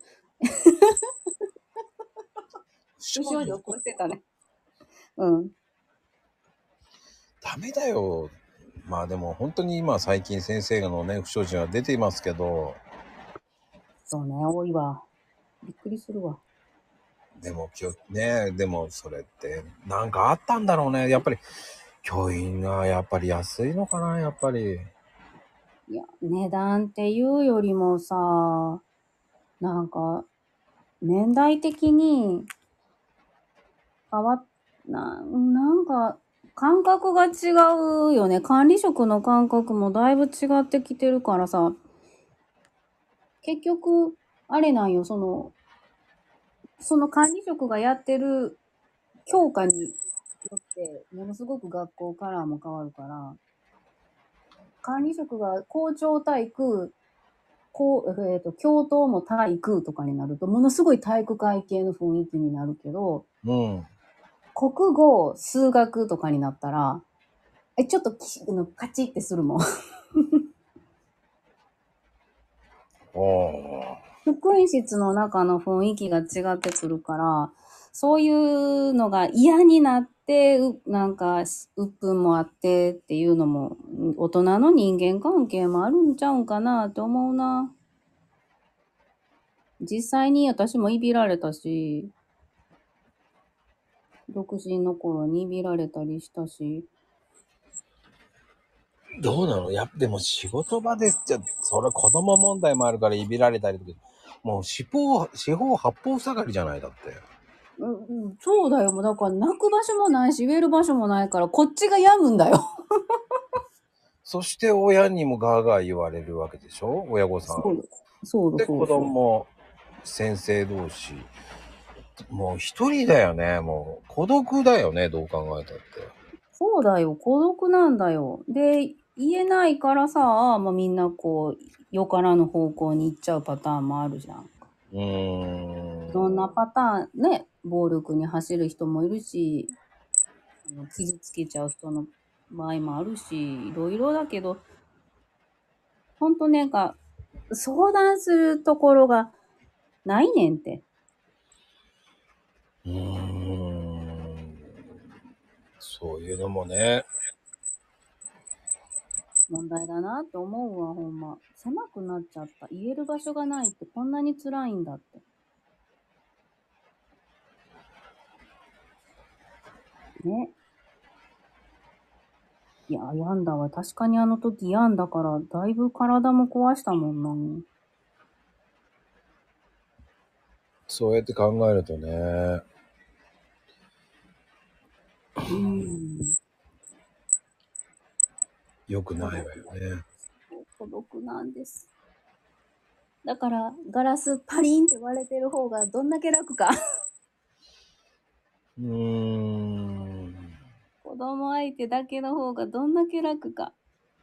Speaker 1: 不祥事
Speaker 2: 不祥事を起こ
Speaker 1: 起こ
Speaker 2: してたね。うん。
Speaker 1: ダメだよ。まあでも本当に今最近先生のね、不祥事は出ていますけど、
Speaker 2: そうね、多いわ。びっくりするわ。
Speaker 1: でもでもそれってなんかあったんだろうね。やっぱり教員がやっぱり安いのかな、やっぱり。
Speaker 2: いや、値段っていうよりもさ、なんか、年代的に変わっ、なんか、感覚が違うよね。管理職の感覚もだいぶ違ってきてるからさ、結局、あれなんよ、その管理職がやってる教科によって、ものすごく学校カラーも変わるから、管理職が校長体育、 教頭も体育とかになると、ものすごい体育会系の雰囲気になるけど、国語、数学とかになったら、ちょっとカチってするもん。福音室の中の雰囲気が違ってくるから、そういうのが嫌になって、なんか、鬱憤もあってっていうのも、大人の人間関係もあるんちゃうんかなって思うな。実際に私もいびられたし、独身の頃にいびられたりしたし。
Speaker 1: どうなの？でも仕事場ですじゃ、それ子供問題もあるからいびられたりとか、もう四方八方塞がりじゃないだって。
Speaker 2: そうだよ。もうだから泣く場所もないし、言える場所もないから、こっちが病むんだよ。
Speaker 1: そして親にもガーガー言われるわけでしょ？親御さん。
Speaker 2: そうだ。
Speaker 1: で、子供、先生同士。もう一人だよね。もう孤独だよね。どう考えたって。
Speaker 2: そうだよ。孤独なんだよ。で、言えないからさ、みんなこう、よからぬ方向に行っちゃうパターンもあるじゃん。いろんなパターン、ね、暴力に走る人もいるし、傷つけちゃう人の場合もあるし、いろいろだけど、ほんとなんか、相談するところがないねんって。
Speaker 1: そういうのもね。
Speaker 2: 問題だなって思うわ、ほんま。狭くなっちゃった。言える場所がないってこんなに辛いんだって。ね。いや、病んだわ。確かにあの時病んだから、だいぶ体も壊したもんな。
Speaker 1: そうやって考えるとね。良くないわよね。
Speaker 2: 孤独なんです。だから、ガラスパリンって割れてる方がどんだけ楽か。子供相手だけの方がどんだけ楽か。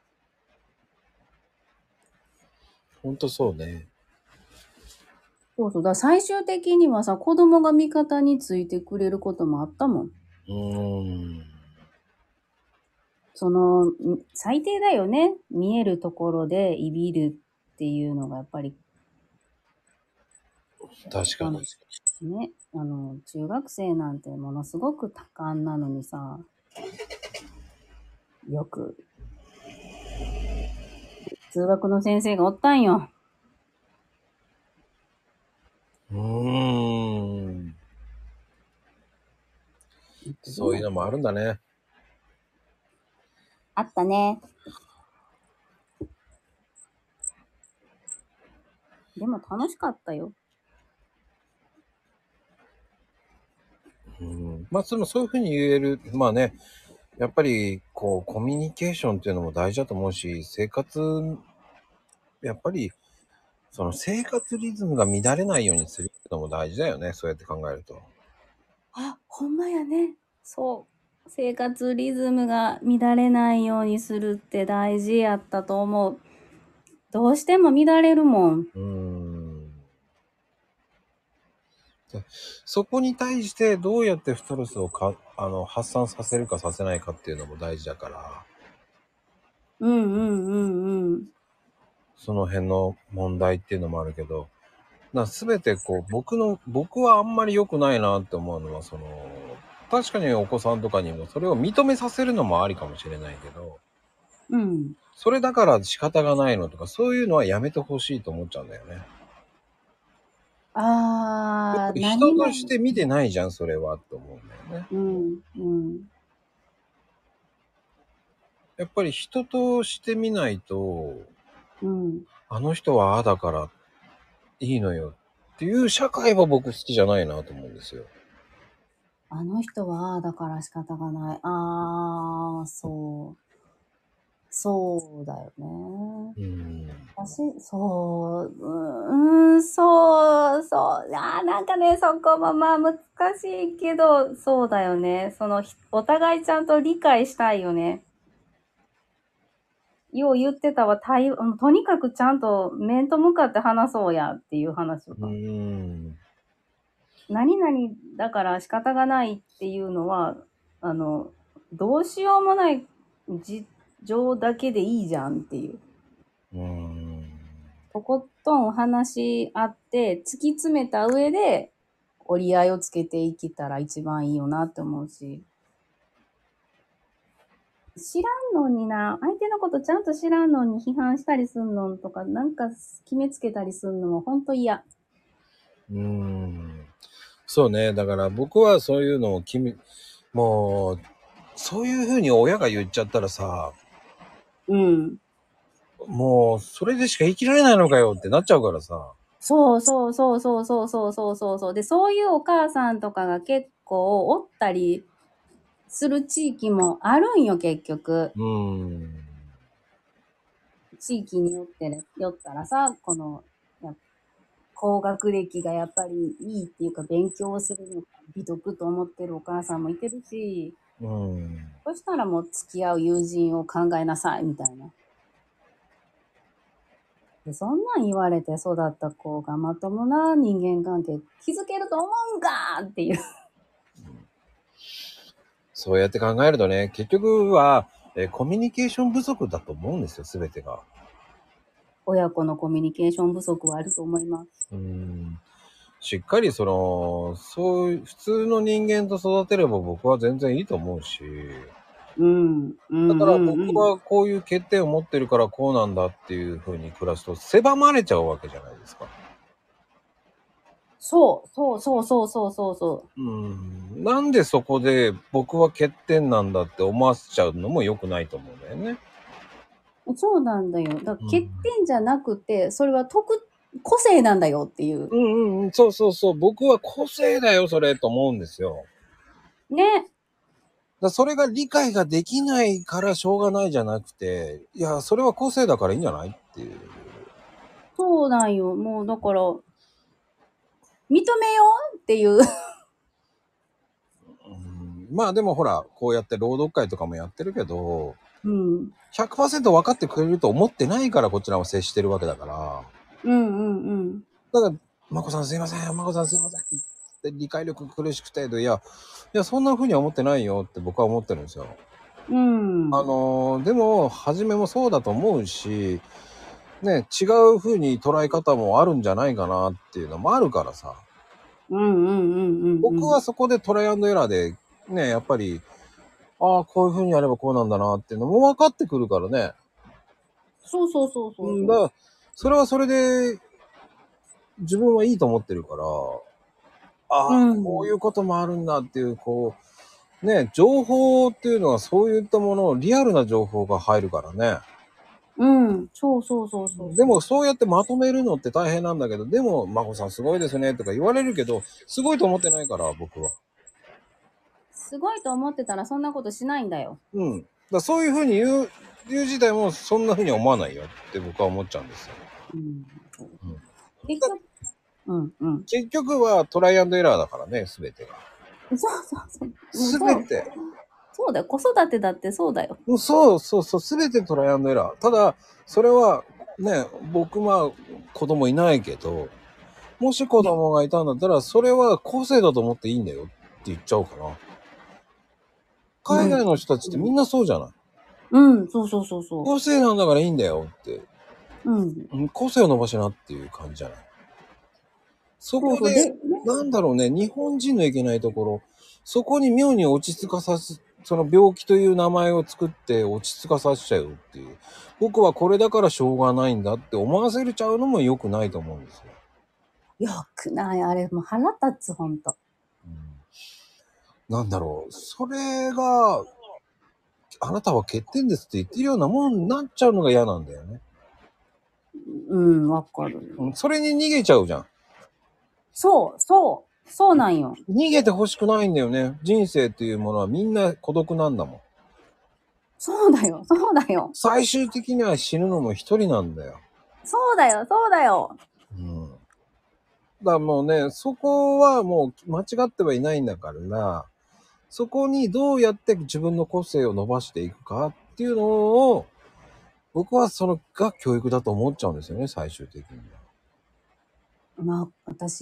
Speaker 1: ほんとそうね。
Speaker 2: そうそう。だから最終的にはさ、子供が味方についてくれることもあったもん。最低だよね。見えるところでいびるっていうのがやっぱり。
Speaker 1: 確かに。
Speaker 2: ね。中学生なんてものすごく多感なのにさ、よく、数学の先生がおったんよ。
Speaker 1: そういうのもあるんだね。
Speaker 2: あったね。でも楽しかったよ。
Speaker 1: まあ、そういうふうに言える。まあね、やっぱり、コミュニケーションっていうのも大事だと思うし、やっぱり、その生活リズムが乱れないようにするってのも大事だよね。そうやって考えると。
Speaker 2: ほんまやね。そう。生活リズムが乱れないようにするって大事やったと思う。どうしても乱れるもん。
Speaker 1: そこに対してどうやってストレスを発散させるかさせないかっていうのも大事だから。その辺の問題っていうのもあるけど、全て僕はあんまり良くないなって思うのは、確かにお子さんとかにもそれを認めさせるのもありかもしれないけど、それだから仕方がないのとか、そういうのはやめてほしいと思っちゃうんだよね。人として見てないじゃん、それは、って思うんだよね。やっぱり人として見ないと、あの人はああだからいいのよっていう社会は僕好きじゃないなと思うんですよ。
Speaker 2: あの人はああだから仕方がない。そう。そうだよね。なんかね、そこもまあ難しいけど、そうだよね。お互いちゃんと理解したいよね。 よう言ってたわ、とにかくちゃんと面と向かって話そうやっていう話を。何々だから仕方がないっていうのは、どうしようもない事情だけでいいじゃんっていう。とことん話し合って突き詰めた上で折り合いをつけていけたら一番いいよなって思うし。知らんのにな、相手のことちゃんと知らんのに批判したりすんのとか、なんか決めつけたりすんのもほんと嫌。
Speaker 1: そうね。だから僕はそういうのをもう、そういう風に親が言っちゃったらさ、もう、それでしか生きられないのかよってなっちゃうからさ。
Speaker 2: そうそうそうそうそうそうそうそう。で、そういうお母さんとかが結構おったりする地域もあるんよ、結局。地域によったらさ、高学歴がやっぱりいいっていうか、勉強をするのが美徳と思ってるお母さんもいてるし、そしたらもう付き合う友人を考えなさい、みたいな。で、そんなん言われて育った子がまともな人間関係築けると思うんかっていう。
Speaker 1: そうやって考えるとね、結局は、コミュニケーション不足だと思うんですよ、すべてが。
Speaker 2: 親子のコミュニケーション不足はあると思います。
Speaker 1: しっかりそういう普通の人間と育てれば僕は全然いいと思うし。だから僕はこういう欠点を持ってるからこうなんだっていう風に暮らすと狭まれちゃうわけじゃないですか。
Speaker 2: そうそうそうそうそうそうそう。
Speaker 1: なんでそこで僕は欠点なんだって思わせちゃうのも良くないと思うんだよね。
Speaker 2: そうなんだよ。だから欠点じゃなくて、それは個性なんだよっていう。
Speaker 1: そうそうそう。僕は個性だよ、それと思うんですよ。
Speaker 2: ね。
Speaker 1: それが理解ができないからしょうがないじゃなくて、いや、それは個性だからいいんじゃないっていう。
Speaker 2: そうなんよ。もうだから、認めようっていう。
Speaker 1: まあでもほら、こうやって朗読会とかもやってるけど、
Speaker 2: 100%
Speaker 1: 分かってくれると思ってないからこちらも接してるわけだから。だから、まこさんすいません、まこさんすいませんって理解力苦しくて、いや、そんな風には思ってないよって僕は思ってるんですよ。でも、初めもそうだと思うし、ね、違う風に捉え方もあるんじゃないかなっていうのもあるからさ。僕はそこでトライアンドエラーで、ね、やっぱり、ああ、こういう風にやればこうなんだなっていうのも分かってくるからね。
Speaker 2: そうそうそうそう。
Speaker 1: だから、それはそれで、自分はいいと思ってるから、こういうこともあるんだっていう、ね、情報っていうのはそういったもの、リアルな情報が入るからね。
Speaker 2: そうそうそうそう。
Speaker 1: でもそうやってまとめるのって大変なんだけど、でも、まこさんすごいですねとか言われるけど、すごいと思ってないから、僕は。
Speaker 2: すごいと思ってたらそんなことしないんだよ。
Speaker 1: そういうふうに言う自体もそんなふうに思わないよって僕は思っちゃうんですよ。結局はトライアンドエラーだからね、すべてが。
Speaker 2: そうそうそう。
Speaker 1: すべて。
Speaker 2: そうだよ。子育てだってそうだよ。
Speaker 1: そうそうそう。すべてトライアンドエラー。ただ、それはね、僕は子供いないけど、もし子供がいたんだったら、それは個性だと思っていいんだよって言っちゃおうかな。海外の人たちってみんなそうじゃない。
Speaker 2: そうそうそうそう。
Speaker 1: 個性なんだからいいんだよって。個性を伸ばしなっていう感じじゃない。そこで、なんだろうね、日本人のいけないところ、そこに妙に落ち着かさす、その病気という名前を作って落ち着かさせちゃうっていう。僕はこれだからしょうがないんだって思わせるちゃうのも良くないと思うんです
Speaker 2: よ。よくない。あれ、もう腹立つ、ほんと。
Speaker 1: なんだろう。それが、あなたは欠点ですって言ってるようなもんになっちゃうのが嫌なんだよね。
Speaker 2: わかる。
Speaker 1: それに逃げちゃうじゃん。
Speaker 2: そうなんよ。
Speaker 1: 逃げてほしくないんだよね。人生っていうものはみんな孤独なんだもん。
Speaker 2: そうだよ。
Speaker 1: 最終的には死ぬのも一人なんだよ。
Speaker 2: そうだよ。
Speaker 1: だからもうね、そこはもう間違ってはいないんだからそこにどうやって自分の個性を伸ばしていくかっていうのを、 僕はそのが教育だと思っちゃうんですよね、最終的には。
Speaker 2: まあ、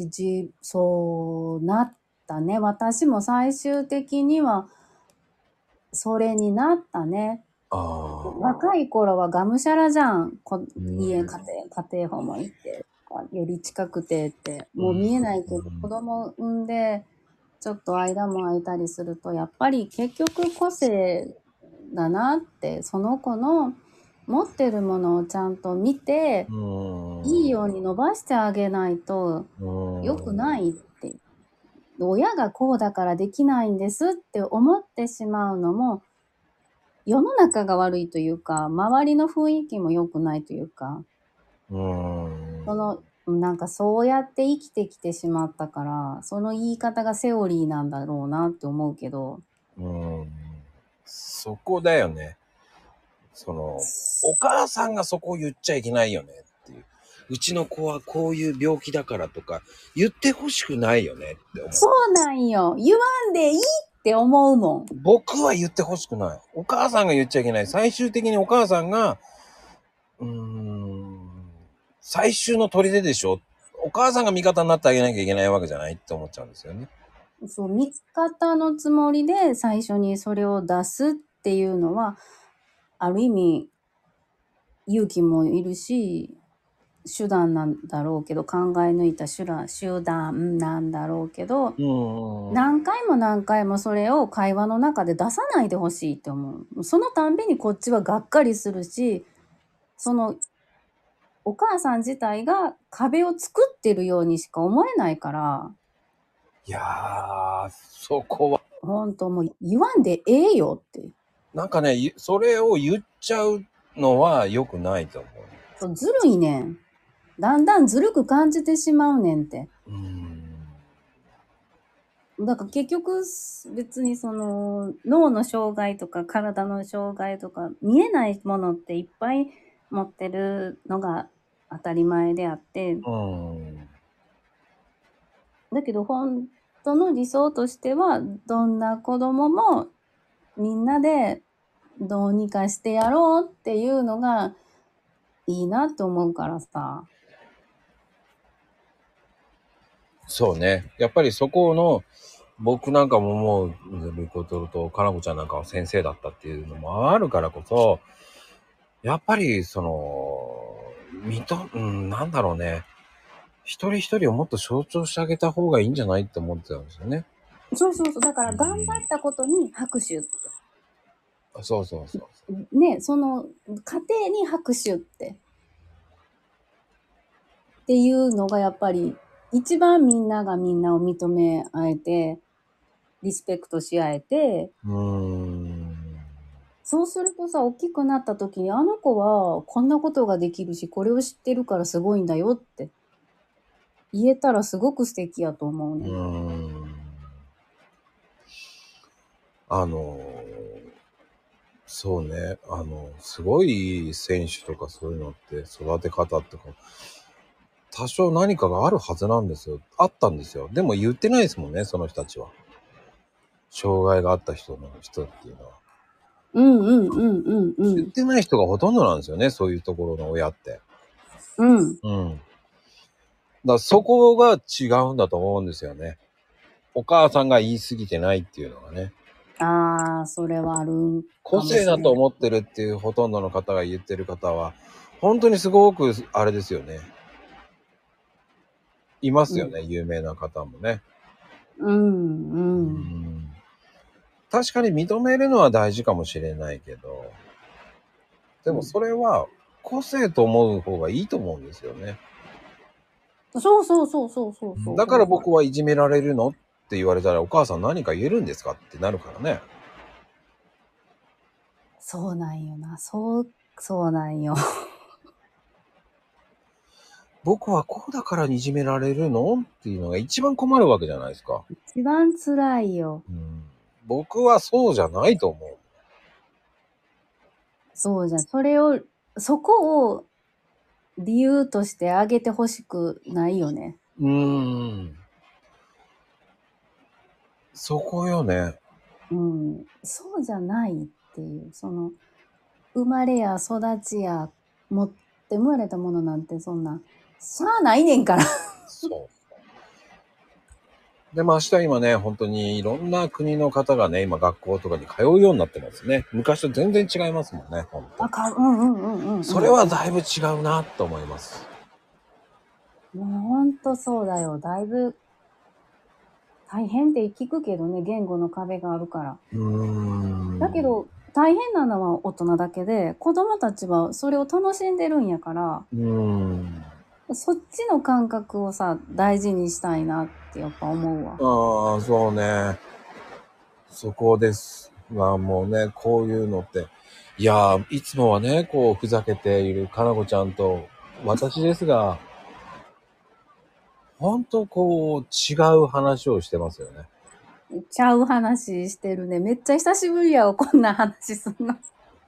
Speaker 2: そうなったね。私も最終的には、それになったね。若い頃はがむしゃらじゃん。家庭訪問行って、より近くてって、もう見えないけど、子供産んで、ちょっと間も空いたりすると、やっぱり結局個性だなって、その子の持ってるものをちゃんと見て、いいように伸ばしてあげないと良くないって。親がこうだからできないんですって思ってしまうのも、世の中が悪いというか、周りの雰囲気も良くないというか、なんかそうやって生きてきてしまったから、その言い方がセオリーなんだろうなって思うけど。
Speaker 1: そこだよね。お母さんがそこを言っちゃいけないよねっていう。うちの子はこういう病気だからとか言ってほしくないよねって思う。
Speaker 2: そうなんよ。言わんでいいって思うもん。
Speaker 1: 僕は言ってほしくない。お母さんが言っちゃいけない。最終的にお母さんが、最終の砦でしょ。お母さんが味方になってあげなきゃいけないわけじゃないって思っちゃうんですよね。
Speaker 2: そう、味方のつもりで最初にそれを出すっていうのは、ある意味、勇気もいるし、手段なんだろうけど、考え抜いた手段なんだろうけど、何回も何回もそれを会話の中で出さないでほしいって思う。そのたんびにこっちはがっかりするし、お母さん自体が壁を作ってるようにしか思えないから。
Speaker 1: いやー、そこは。
Speaker 2: ほんともう言わんでええよって。
Speaker 1: なんかね、それを言っちゃうのは良くないと思う。
Speaker 2: そう、ずるいねん。だんだんずるく感じてしまうねんって。だから結局別に脳の障害とか体の障害とか見えないものっていっぱい持ってるのが当たり前であって、だけど本当の理想としてはどんな子供もみんなでどうにかしてやろうっていうのがいいなって思うからさ。
Speaker 1: そうね。やっぱりそこの、僕なんかももう、ルコトルとかなこちゃんなんかは先生だったっていうのもあるからこそ、やっぱりなんだろうね。一人一人をもっと象徴してあげた方がいいんじゃないって思ってたんですよね。
Speaker 2: そうそうそう。だから頑張ったことに拍手って。
Speaker 1: そうそうそう。
Speaker 2: ね、その過程に拍手って。っていうのがやっぱり一番みんながみんなを認め合えて、リスペクトし合えて、そうするとさ、大きくなった時にあの子はこんなことができるし、これを知ってるからすごいんだよって言えたらすごく素敵やと思うね。
Speaker 1: そうね。すごい選手とかそういうのって育て方とか、多少何かがあるはずなんですよ。あったんですよ。でも言ってないですもんね、その人たちは。障害があった人っていうのは。言ってない人がほとんどなんですよね、そういうところの親って。だからそこが違うんだと思うんですよね。お母さんが言い過ぎてないっていうのがね。
Speaker 2: ああ、それはあるか
Speaker 1: 個
Speaker 2: もしれない。
Speaker 1: 性だと思ってるっていうほとんどの方が言ってる方は、本当にすごくあれですよね。いますよね、有名な方もね。確かに認めるのは大事かもしれないけど、でもそれは個性と思う方がいいと思うんですよね。
Speaker 2: そう。
Speaker 1: だから僕はいじめられるのって言われたら、お母さん何か言えるんですかってなるからね。
Speaker 2: そうなんよな。そうなんよ。
Speaker 1: 僕はこうだからいじめられるのっていうのが一番困るわけじゃないですか。
Speaker 2: 一番辛いよ。
Speaker 1: 僕はそうじゃないと思う。
Speaker 2: そうじゃん。そこを理由としてあげてほしくないよね。
Speaker 1: そこよね。
Speaker 2: そうじゃないっていう、 生まれや育ちや持って生まれたものなんてそんな、しゃあないねんから。
Speaker 1: そう。で、明日今ね、本当にいろんな国の方がね、今学校とかに通うようになってますね。昔と全然違いますもんね、本当。それはだいぶ違うなと思います。
Speaker 2: もうほんとそうだよ。だいぶ大変って聞くけどね、言語の壁があるから。だけど、大変なのは大人だけで、子供たちはそれを楽しんでるんやから、そっちの感覚をさ、大事にしたいなってやっぱ思うわ。
Speaker 1: ああ、そうね。そこです。まあもうね、こういうのって。いやー、いつもはね、こう、ふざけているかなこちゃんと、私ですが、ほんとこう、違う話をしてますよね。
Speaker 2: ちゃう話してるね。めっちゃ久しぶりやわ、こんな話すんの。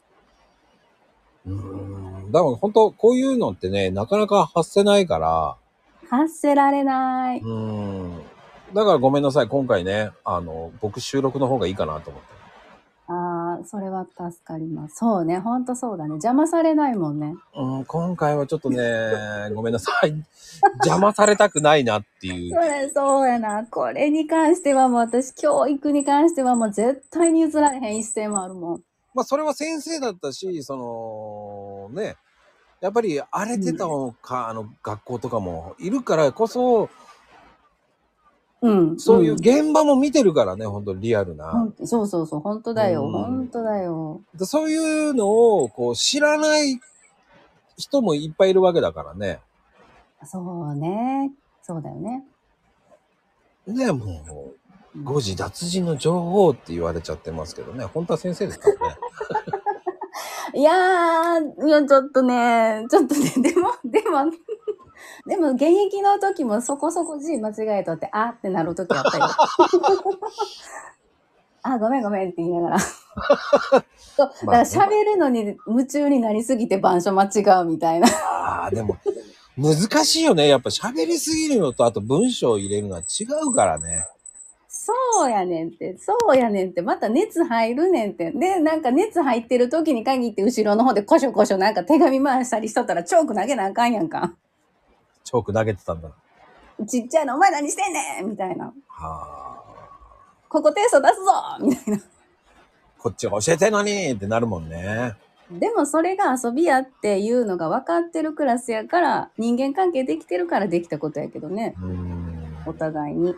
Speaker 1: だから本当こういうのってね、なかなか発せないから。
Speaker 2: 発せられない。
Speaker 1: だからごめんなさい、今回ね、僕収録の方がいいかなと思って。
Speaker 2: ああ、それは助かります。そうね、ほんとそうだね。邪魔されないもんね。
Speaker 1: 今回はちょっとね、ごめんなさい。邪魔されたくないなっていう。
Speaker 2: それそうやな。これに関してはもう私、教育に関してはもう絶対に譲られへん一線もあるもん。
Speaker 1: まあそれは先生だったし、ね、やっぱり荒れてた学校とかもいるからこそ、そういう現場も見てるからね、本当リアルな。
Speaker 2: そうそうそう、本当だよ、本当だよ。
Speaker 1: そういうのをこう知らない人もいっぱいいるわけだからね。
Speaker 2: そうね、そうだよね。
Speaker 1: ね、もう誤字脱字の情報って言われちゃってますけどね、本当は先生ですからね。
Speaker 2: いや、ちょっとね、でも現役の時もそこそこ字間違えとって、あってなる時あったよ。あ、ごめんごめんって言いながら。そう、だから喋るのに夢中になりすぎて板書間違うみたいな。
Speaker 1: ああ、でも難しいよね。やっぱ喋りすぎるのと、あと文章を入れるのは違うからね。
Speaker 2: そうやねんって、そうやねんって、また熱入るねんって。で、なんか熱入ってる時に限って後ろの方でコショコショなんか手紙回したりしとったらチョーク投げなあかんやんか。
Speaker 1: チョーク投げてたんだ。
Speaker 2: ちっちゃいのお前何してんねんみたいな。
Speaker 1: はあ。
Speaker 2: ここテスト出すぞみたいな。
Speaker 1: こっちが教えてんのにってなるもんね。
Speaker 2: でもそれが遊びやっていうのが分かってるクラスやから、人間関係できてるからできたことやけどね。お互いに。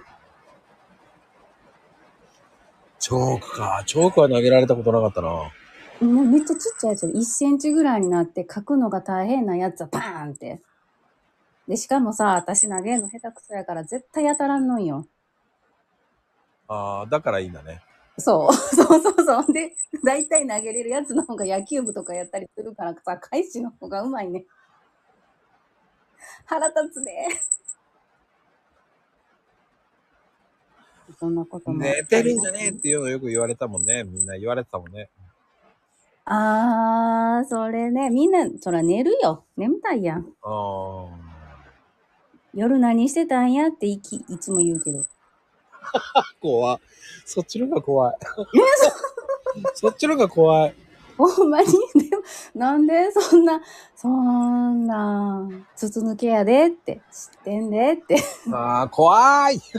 Speaker 1: チョークか。チョークは投げられたことなかったな。
Speaker 2: もうめっちゃちっちゃいやつで1センチぐらいになって書くのが大変なやつはパーンって。で、しかもさ、私投げるの下手くそやから絶対当たらんのんよ。
Speaker 1: ああ、だからいいんだね。
Speaker 2: そう。そうそうそう。で、大体投げれるやつの方が野球部とかやったりするからさ、返しの方がうまいね。腹立つね。そんなことも。
Speaker 1: 寝てるんじゃねえっていうのよく言われたもんね。みんな言われてたもんね。
Speaker 2: あー、それね。みんな、そら寝るよ。眠たいやん。夜何してたんやっていつも言うけど。
Speaker 1: 怖い。そっちの方が怖い。そっちの方が怖い。
Speaker 2: ほんまにでも、なんでそんな、筒抜けやでって、知ってんでって。
Speaker 1: ああ、怖い。い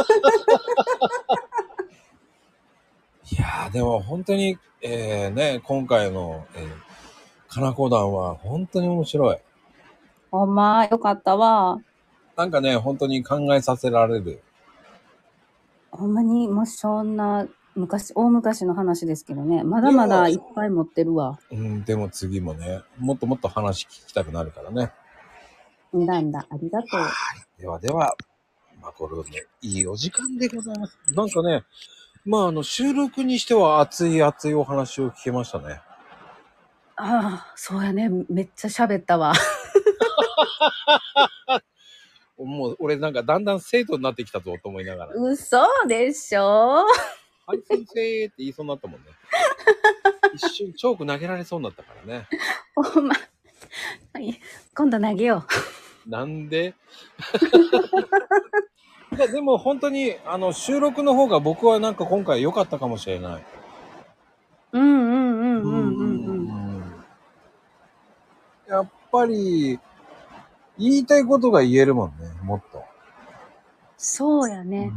Speaker 1: やー、でも本当に、ね、今回の、かなこ団は本当に面白い。
Speaker 2: ほんま、よかったわ。
Speaker 1: なんかね、本当に考えさせられる。
Speaker 2: ほんまに、もうそんな、大昔の話ですけどね。まだまだいっぱい持ってるわ。
Speaker 1: でも次もね、もっともっと話聞きたくなるからね。
Speaker 2: んだ、ありがとう。
Speaker 1: はい。ではでは、まあ、これね、いいお時間でございます。なんかね、まあ、収録にしては熱い熱いお話を聞けましたね。
Speaker 2: ああ、そうやね。めっちゃ喋ったわ。
Speaker 1: もう、俺なんかだんだん生徒になってきたぞと思いながら。
Speaker 2: 嘘でしょ？
Speaker 1: はい、先生って言いそうになったもんね。一瞬チョーク投げられそうになったからね。
Speaker 2: ほんま。今度投げよ
Speaker 1: う。なんでいや、でも本当に、収録の方が僕はなんか今回良かったかもしれない。 ぱり、言いたいことが言えるもんね、もっと。
Speaker 2: そうやね。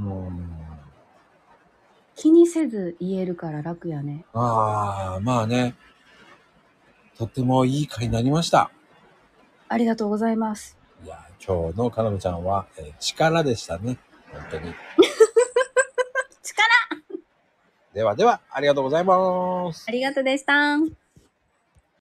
Speaker 2: 気にせず言えるから楽やね。
Speaker 1: ああ、まあね。とってもいい回になりました。
Speaker 2: ありがとうございます。
Speaker 1: いや、今日のかなめちゃんは、力でしたね。本当に。
Speaker 2: 力。
Speaker 1: ではでは、ありがとうございます。
Speaker 2: ありがとうでした。